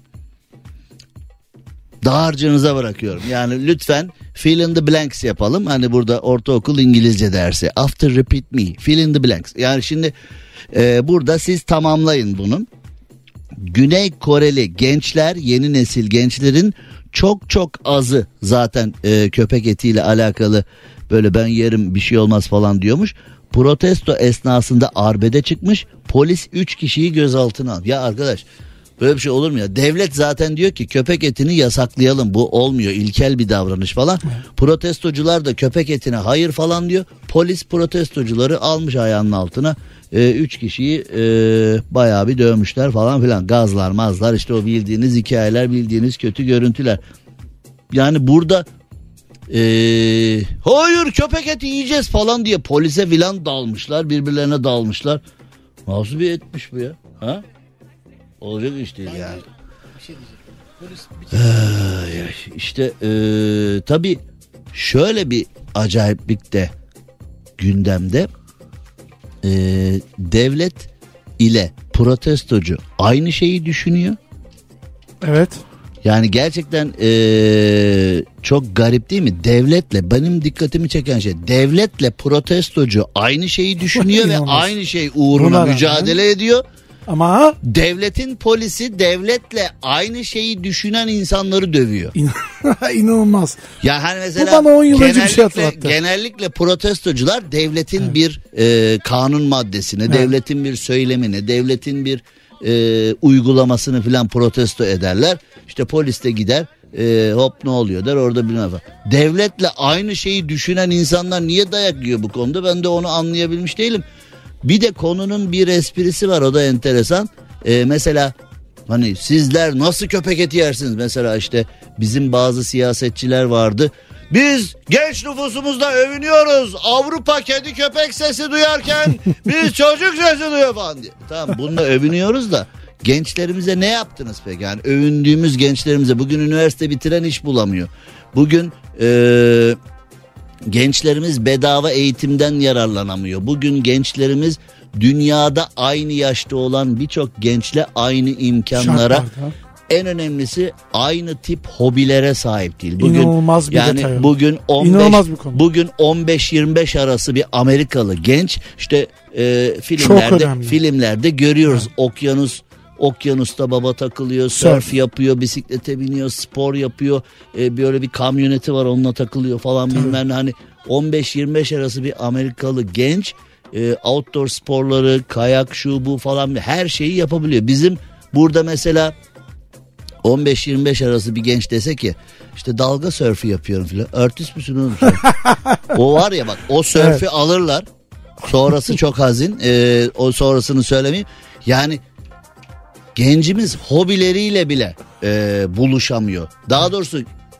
dağarcığınıza bırakıyorum. Yani lütfen fill in the blanks yapalım. Hani burada ortaokul İngilizce dersi. After repeat me. Fill in the blanks. Yani şimdi e, burada siz tamamlayın bunu. Güney Koreli gençler, yeni nesil gençlerin çok çok azı zaten e, köpek etiyle alakalı böyle ben yerim bir şey olmaz falan diyormuş. Protesto esnasında arbede çıkmış, polis üç kişiyi gözaltına aldı. Ya arkadaş böyle bir şey olur mu ya? Devlet zaten diyor ki köpek etini yasaklayalım, bu olmuyor, ilkel bir davranış falan. Protestocular da köpek etine hayır falan diyor. Polis protestocuları almış ayağının altına. E, üç kişiyi e, bayağı bir dövmüşler falan filan. Gazlar mazlar işte o bildiğiniz hikayeler, bildiğiniz kötü görüntüler. Yani burada e, hayır köpek eti yiyeceğiz falan diye polise filan dalmışlar, birbirlerine dalmışlar. Nasıl bir etmiş bu ya? Ha? Olacak iş değil yani. Bir şey diyeceğim. Ee, işte e, tabii şöyle bir acayiplik de gündemde. E, devlet ile protestocu aynı şeyi düşünüyor. Evet. Yani gerçekten e, çok garip değil mi? Devletle, benim dikkatimi çeken şey, devletle protestocu aynı şeyi düşünüyor ve aynı şey uğruna Buna mücadele rağmen. ediyor. Ama devletin polisi devletle aynı şeyi düşünen insanları dövüyor. İnanılmaz. Ya hani mesela bu bana on yıl önce bir şey hatırlattı. Genellikle protestocular devletin evet. bir e, kanun maddesini, evet. devletin bir söylemini, devletin bir e, uygulamasını filan protesto ederler. İşte polis de gider e, hop ne oluyor der orada bilmem falan. Devletle aynı şeyi düşünen insanlar niye dayak yiyor bu konuda, ben de onu anlayabilmiş değilim. Bir de konunun bir esprisi var, o da enteresan. Ee, mesela hani sizler nasıl köpek eti yersiniz? Mesela işte bizim bazı siyasetçiler vardı. Biz genç nüfusumuzla övünüyoruz. Avrupa kedi köpek sesi duyarken biz çocuk sesi duyuyor falan diye. Tamam bununla övünüyoruz da gençlerimize ne yaptınız peki? Yani övündüğümüz gençlerimize bugün üniversite bitiren iş bulamıyor. Bugün... Ee, gençlerimiz bedava eğitimden yararlanamıyor. Bugün gençlerimiz dünyada aynı yaşta olan birçok gençle aynı imkanlara, En önemlisi aynı tip hobilere sahip değil. Bugün, İnanılmaz bir yani detay. Bugün on beş, İnanılmaz bir konu. bugün on beş yirmi beş arası bir Amerikalı genç işte e, filmlerde filmlerde görüyoruz. Evet. Okyanus Okyanusta baba takılıyor, surf, surf yapıyor, bisiklete biniyor, spor yapıyor. E, böyle bir kamyoneti var, onunla takılıyor falan bilmem ne. Hani on beş yirmi beş arası bir Amerikalı genç e, outdoor sporları, kayak, şu bu falan her şeyi yapabiliyor. Bizim burada mesela on beş yirmi beş arası bir genç dese ki işte dalga sörfü yapıyorum filan. Artist misin oğlum sen? O var ya bak, o sörfü evet. alırlar. Sonrası çok hazin. E, o sonrasını söylemeyeyim. Yani gencimiz hobileriyle bile e, buluşamıyor. Daha doğrusu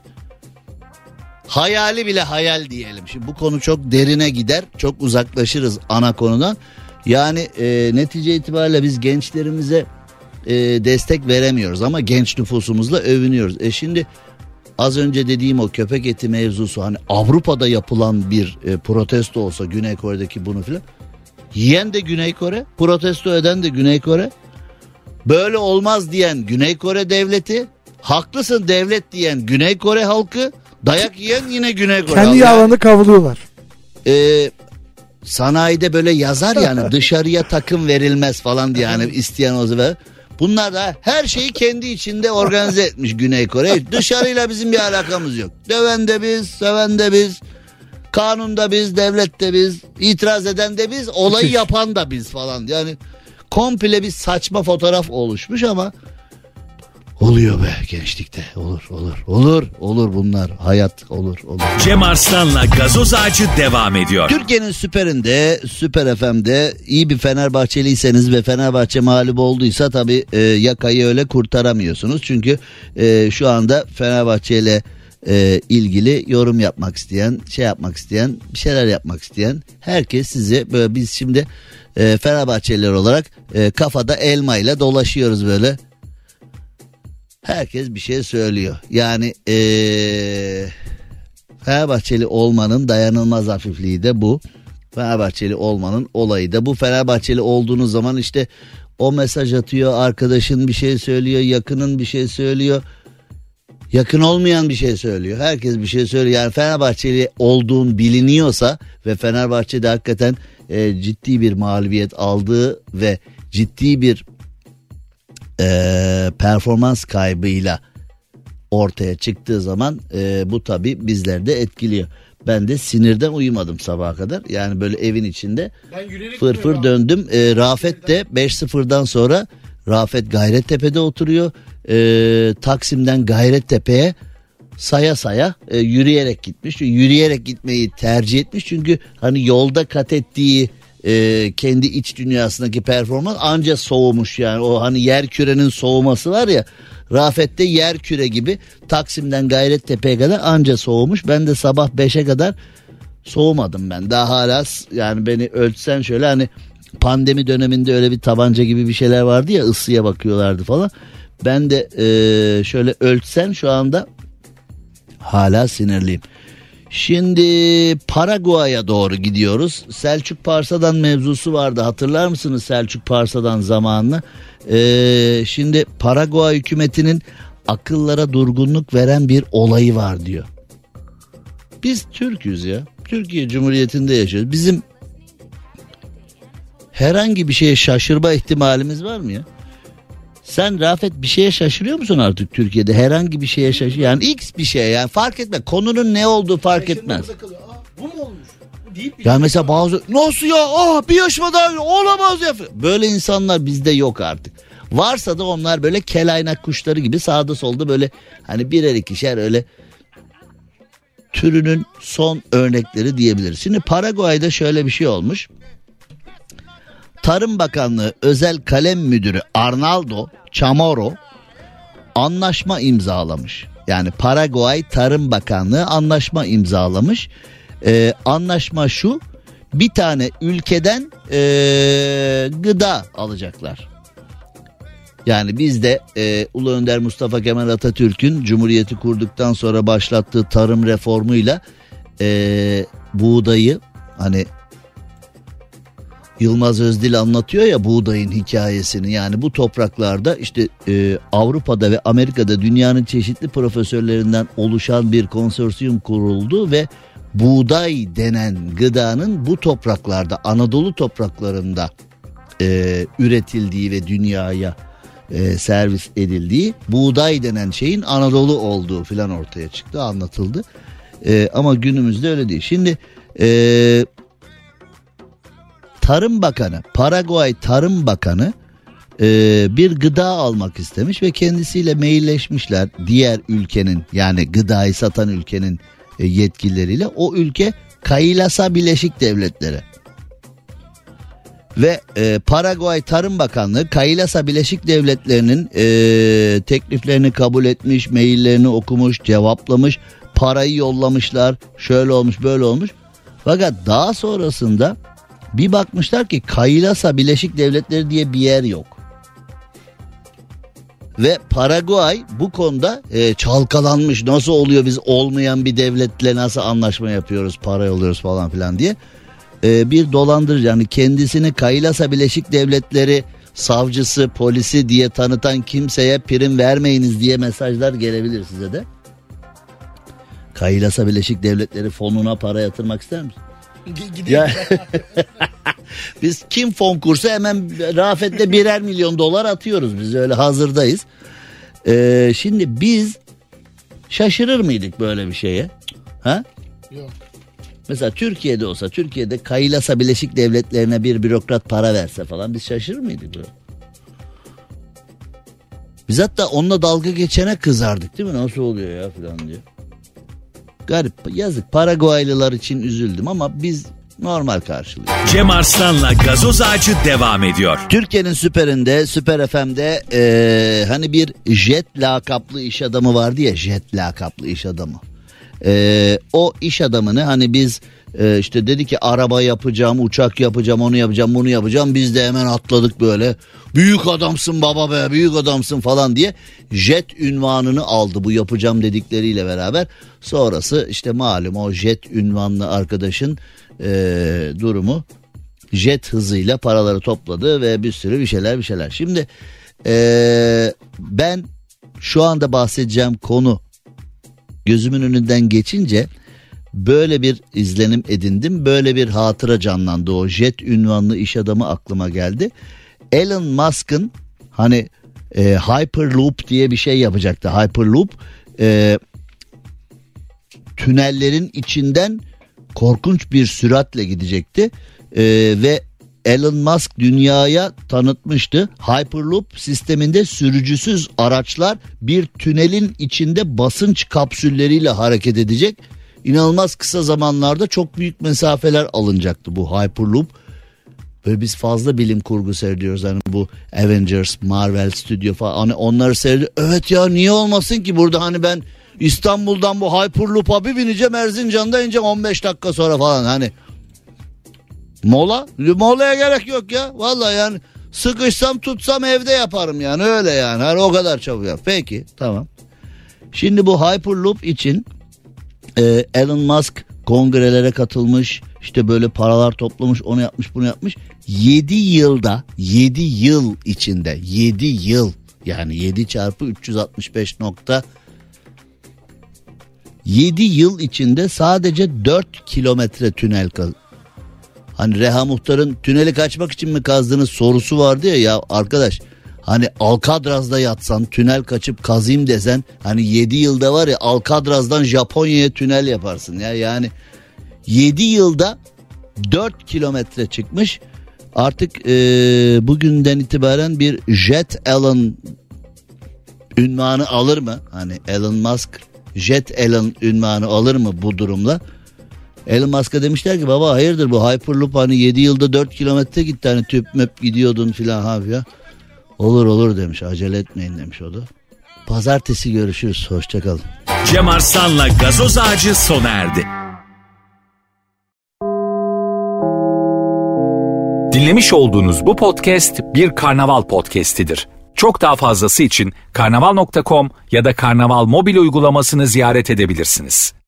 hayali bile hayal diyelim. Şimdi bu konu çok derine gider. Çok uzaklaşırız ana konudan. Yani e, netice itibariyle biz gençlerimize e, destek veremiyoruz. Ama genç nüfusumuzla övünüyoruz. E şimdi az önce dediğim o köpek eti mevzusu, hani Avrupa'da yapılan bir e, protesto olsa, Güney Kore'deki bunu filan, yiyen de Güney Kore, protesto eden de Güney Kore. Böyle olmaz diyen Güney Kore devleti, haklısın devlet diyen Güney Kore halkı, dayak yiyen yine Güney Kore halkı. Kendi yağlarını kavruluyorlar. Ee, sanayide böyle yazar yani dışarıya takım verilmez falan diye, hani isteyen o zaman. Bunlar da her şeyi kendi içinde organize etmiş Güney Kore. Dışarıyla bizim bir alakamız yok. Döven de biz, seven de biz, kanunda biz, devlet de biz, itiraz eden de biz, olayı yapan da biz falan. Yani komple bir saçma fotoğraf oluşmuş ama oluyor be gençlikte. Olur, olur, olur, olur bunlar. Hayat olur, olur. Cem Arslan'la Gazoz Ağacı devam ediyor. Türkiye'nin süperinde, Süper F M'de iyi bir Fenerbahçeliyseniz ve Fenerbahçe mağlup olduysa tabii e, yakayı öyle kurtaramıyorsunuz. Çünkü e, şu anda Fenerbahçe ile e, ilgili yorum yapmak isteyen, şey yapmak isteyen, bir şeyler yapmak isteyen herkes size böyle, biz şimdi e, Fenerbahçeliler olarak e, kafada elma ile dolaşıyoruz böyle. Herkes bir şey söylüyor. Yani ee, Fenerbahçeli olmanın dayanılmaz hafifliği de bu. Fenerbahçeli olmanın olayı da bu. Fenerbahçeli olduğunuz zaman işte o mesaj atıyor, arkadaşın bir şey söylüyor, yakının bir şey söylüyor, yakın olmayan bir şey söylüyor. Herkes bir şey söylüyor. Yani Fenerbahçeli olduğun biliniyorsa ve Fenerbahçe'de hakikaten e, ciddi bir mağlubiyet aldığı ve ciddi bir E, performans kaybıyla ortaya çıktığı zaman e, bu tabii bizleri de etkiliyor. Ben de sinirden uyumadım sabaha kadar. Yani böyle evin içinde fır fır döndüm. E, Rafet de beş sıfırdan sonra, Rafet Gayrettepe'de oturuyor. E, Taksim'den Gayrettepe'ye saya saya e, yürüyerek gitmiş. Yürüyerek gitmeyi tercih etmiş. Çünkü hani yolda kat ettiği e, kendi iç dünyasındaki performans anca soğumuş yani. O hani yer kürenin soğuması var ya, Rafet'te yer küre gibi Taksim'den Gayrettepe'ye kadar anca soğumuş. Ben de sabah beşe kadar soğumadım ben. Daha hala yani beni ölçsen şöyle, hani pandemi döneminde öyle bir tabanca gibi bir şeyler vardı ya, ısıya bakıyorlardı falan. Ben de e, şöyle ölçsen şu anda hala sinirliyim. Şimdi Paraguay'a doğru gidiyoruz. Selçuk Parsa'dan mevzusu vardı, hatırlar mısınız Selçuk Parsa'dan zamanını? Ee, şimdi Paraguay hükümetinin akıllara durgunluk veren bir olayı var diyor. Biz Türk'üz ya. Türkiye Cumhuriyeti'nde yaşıyoruz. Bizim herhangi bir şeye şaşırma ihtimalimiz var mı ya? Sen Rafet bir şeye şaşırıyor musun artık Türkiye'de? Herhangi bir şeye şaşırıyor. Yani X bir şey, yani fark etmez. Konunun ne olduğu fark etmez. Aa, bu mu olmuş? Deyip ya mesela bazı nasıl ya, ah bir yaşıma daha olamaz ya. Böyle insanlar bizde yok artık. Varsa da onlar böyle kelaynak kuşları gibi sağda solda böyle hani birer ikişer öyle türünün son örnekleri diyebiliriz. Şimdi Paraguay'da şöyle bir şey olmuş. Tarım Bakanlığı Özel Kalem Müdürü Arnaldo Chamorro anlaşma imzalamış. Yani Paraguay Tarım Bakanlığı anlaşma imzalamış. Ee, anlaşma şu: bir tane ülkeden ee, gıda alacaklar. Yani biz de e, Ulu Önder Mustafa Kemal Atatürk'ün Cumhuriyeti kurduktan sonra başlattığı tarım reformuyla e, buğdayı hani Yılmaz Özdil anlatıyor ya buğdayın hikayesini. Yani bu topraklarda işte e, Avrupa'da ve Amerika'da dünyanın çeşitli profesörlerinden oluşan bir konsorsiyum kuruldu ve buğday denen gıdanın bu topraklarda, Anadolu topraklarında e, üretildiği ve dünyaya e, servis edildiği, buğday denen şeyin Anadolu olduğu filan ortaya çıktı, anlatıldı. E, ama günümüzde öyle değil. Şimdi e, Tarım Bakanı, Paraguay Tarım Bakanı e, bir gıda almak istemiş ve kendisiyle mailleşmişler diğer ülkenin, yani gıdayı satan ülkenin e, yetkilileriyle. O ülke Kailasa Birleşik Devletleri. Ve e, Paraguay Tarım Bakanlığı Kailasa Birleşik Devletleri'nin e, tekliflerini kabul etmiş, maillerini okumuş, cevaplamış, parayı yollamışlar, şöyle olmuş böyle olmuş. Fakat daha sonrasında bir bakmışlar ki Kailasa Birleşik Devletleri diye bir yer yok. Ve Paraguay bu konuda e, çalkalanmış, nasıl oluyor biz olmayan bir devletle nasıl anlaşma yapıyoruz, para yolluyoruz falan filan diye. E, bir dolandırıcı, yani kendisini Kailasa Birleşik Devletleri savcısı, polisi diye tanıtan kimseye prim vermeyiniz diye mesajlar gelebilir size de. Kailasa Birleşik Devletleri fonuna para yatırmak ister misin? Ya, biz kim fon kursa hemen Rafet'le birer milyon dolar atıyoruz, biz öyle hazırdayız. Ee, şimdi biz şaşırır mıydık böyle bir şeye? Ha? Yok. Mesela Türkiye'de olsa, Türkiye'de Kailasa Birleşik Devletleri'ne bir bürokrat para verse falan biz şaşırır mıydık böyle? Biz hatta onunla dalga geçene kızardık değil mi? Nasıl oluyor ya falan diye. Garip, yazık, Paraguaylılar için üzüldüm ama biz normal karşılıyoruz. Cem Arslan'la Gazoz Ağacı devam ediyor. Türkiye'nin süperinde, Süper F M'de ee, hani bir Jet lakaplı iş adamı vardı ya, Jet lakaplı iş adamı. Ee, o iş adamını hani biz e, işte dedi ki araba yapacağım, uçak yapacağım, onu yapacağım, bunu yapacağım. Biz de hemen atladık böyle. Büyük adamsın baba be, büyük adamsın falan diye Jet ünvanını aldı bu yapacağım dedikleriyle beraber. Sonrası işte malum o Jet ünvanlı arkadaşın e, durumu, jet hızıyla paraları topladı ve bir sürü bir şeyler bir şeyler. Şimdi e, ben şu anda bahsedeceğim konu gözümün önünden geçince böyle bir izlenim edindim. Böyle bir hatıra canlandı. O Jet ünvanlı iş adamı aklıma geldi. Elon Musk'ın hani e, Hyperloop diye bir şey yapacaktı. Hyperloop e, tünellerin içinden korkunç bir süratle gidecekti. E, ve Elon Musk dünyaya tanıtmıştı. Hyperloop sisteminde sürücüsüz araçlar bir tünelin içinde basınç kapsülleriyle hareket edecek. İnanılmaz kısa zamanlarda çok büyük mesafeler alınacaktı bu Hyperloop. Böyle biz fazla bilim kurgu seyrediyoruz. Hani bu Avengers, Marvel Studio falan, hani onları seyrediyoruz. Evet ya, niye olmasın ki burada, hani ben İstanbul'dan bu Hyperloop'a bir bineceğim, Erzincan'da ineceğim on beş dakika sonra falan, hani. Mola? Molaya gerek yok ya. Vallahi yani sıkışsam tutsam evde yaparım yani, öyle yani. Hani o kadar çabuk yap. Peki tamam. Şimdi bu Hyperloop için e, Elon Musk kongrelere katılmış. İşte böyle paralar toplamış, onu yapmış, bunu yapmış. yedi yılda, yedi yıl içinde, yedi yıl yani yedi çarpı üç yüz altmış beş nokta yedi yıl içinde sadece dört kilometre tünel kazdı. Hani Reha Muhtar'ın tüneli kaçmak için mi kazdığınız sorusu vardı ya, ya arkadaş hani Alcatraz'da yatsan, tünel kaçıp kazayım desen, hani yedi yılda var ya Alcatraz'dan Japonya'ya tünel yaparsın ya. Yani yedi yılda dört kilometre çıkmış. Artık e, bugünden itibaren bir Jet Elon ünvanı alır mı? Hani Elon Musk Jet Elon ünvanı alır mı bu durumla? Elon Musk'a demişler ki baba hayırdır bu Hyperloop, hani yedi yılda dört kilometre gitti, hani tüp möp gidiyordun filan ha filan. Olur olur demiş, acele etmeyin demiş o da. Pazartesi görüşürüz, hoşçakalın. Cem Arslan'la Gazoz Ağacı sona erdi. Dinlemiş olduğunuz bu podcast bir Karnaval podcastidir. Çok daha fazlası için karnaval nokta com ya da Karnaval mobil uygulamasını ziyaret edebilirsiniz.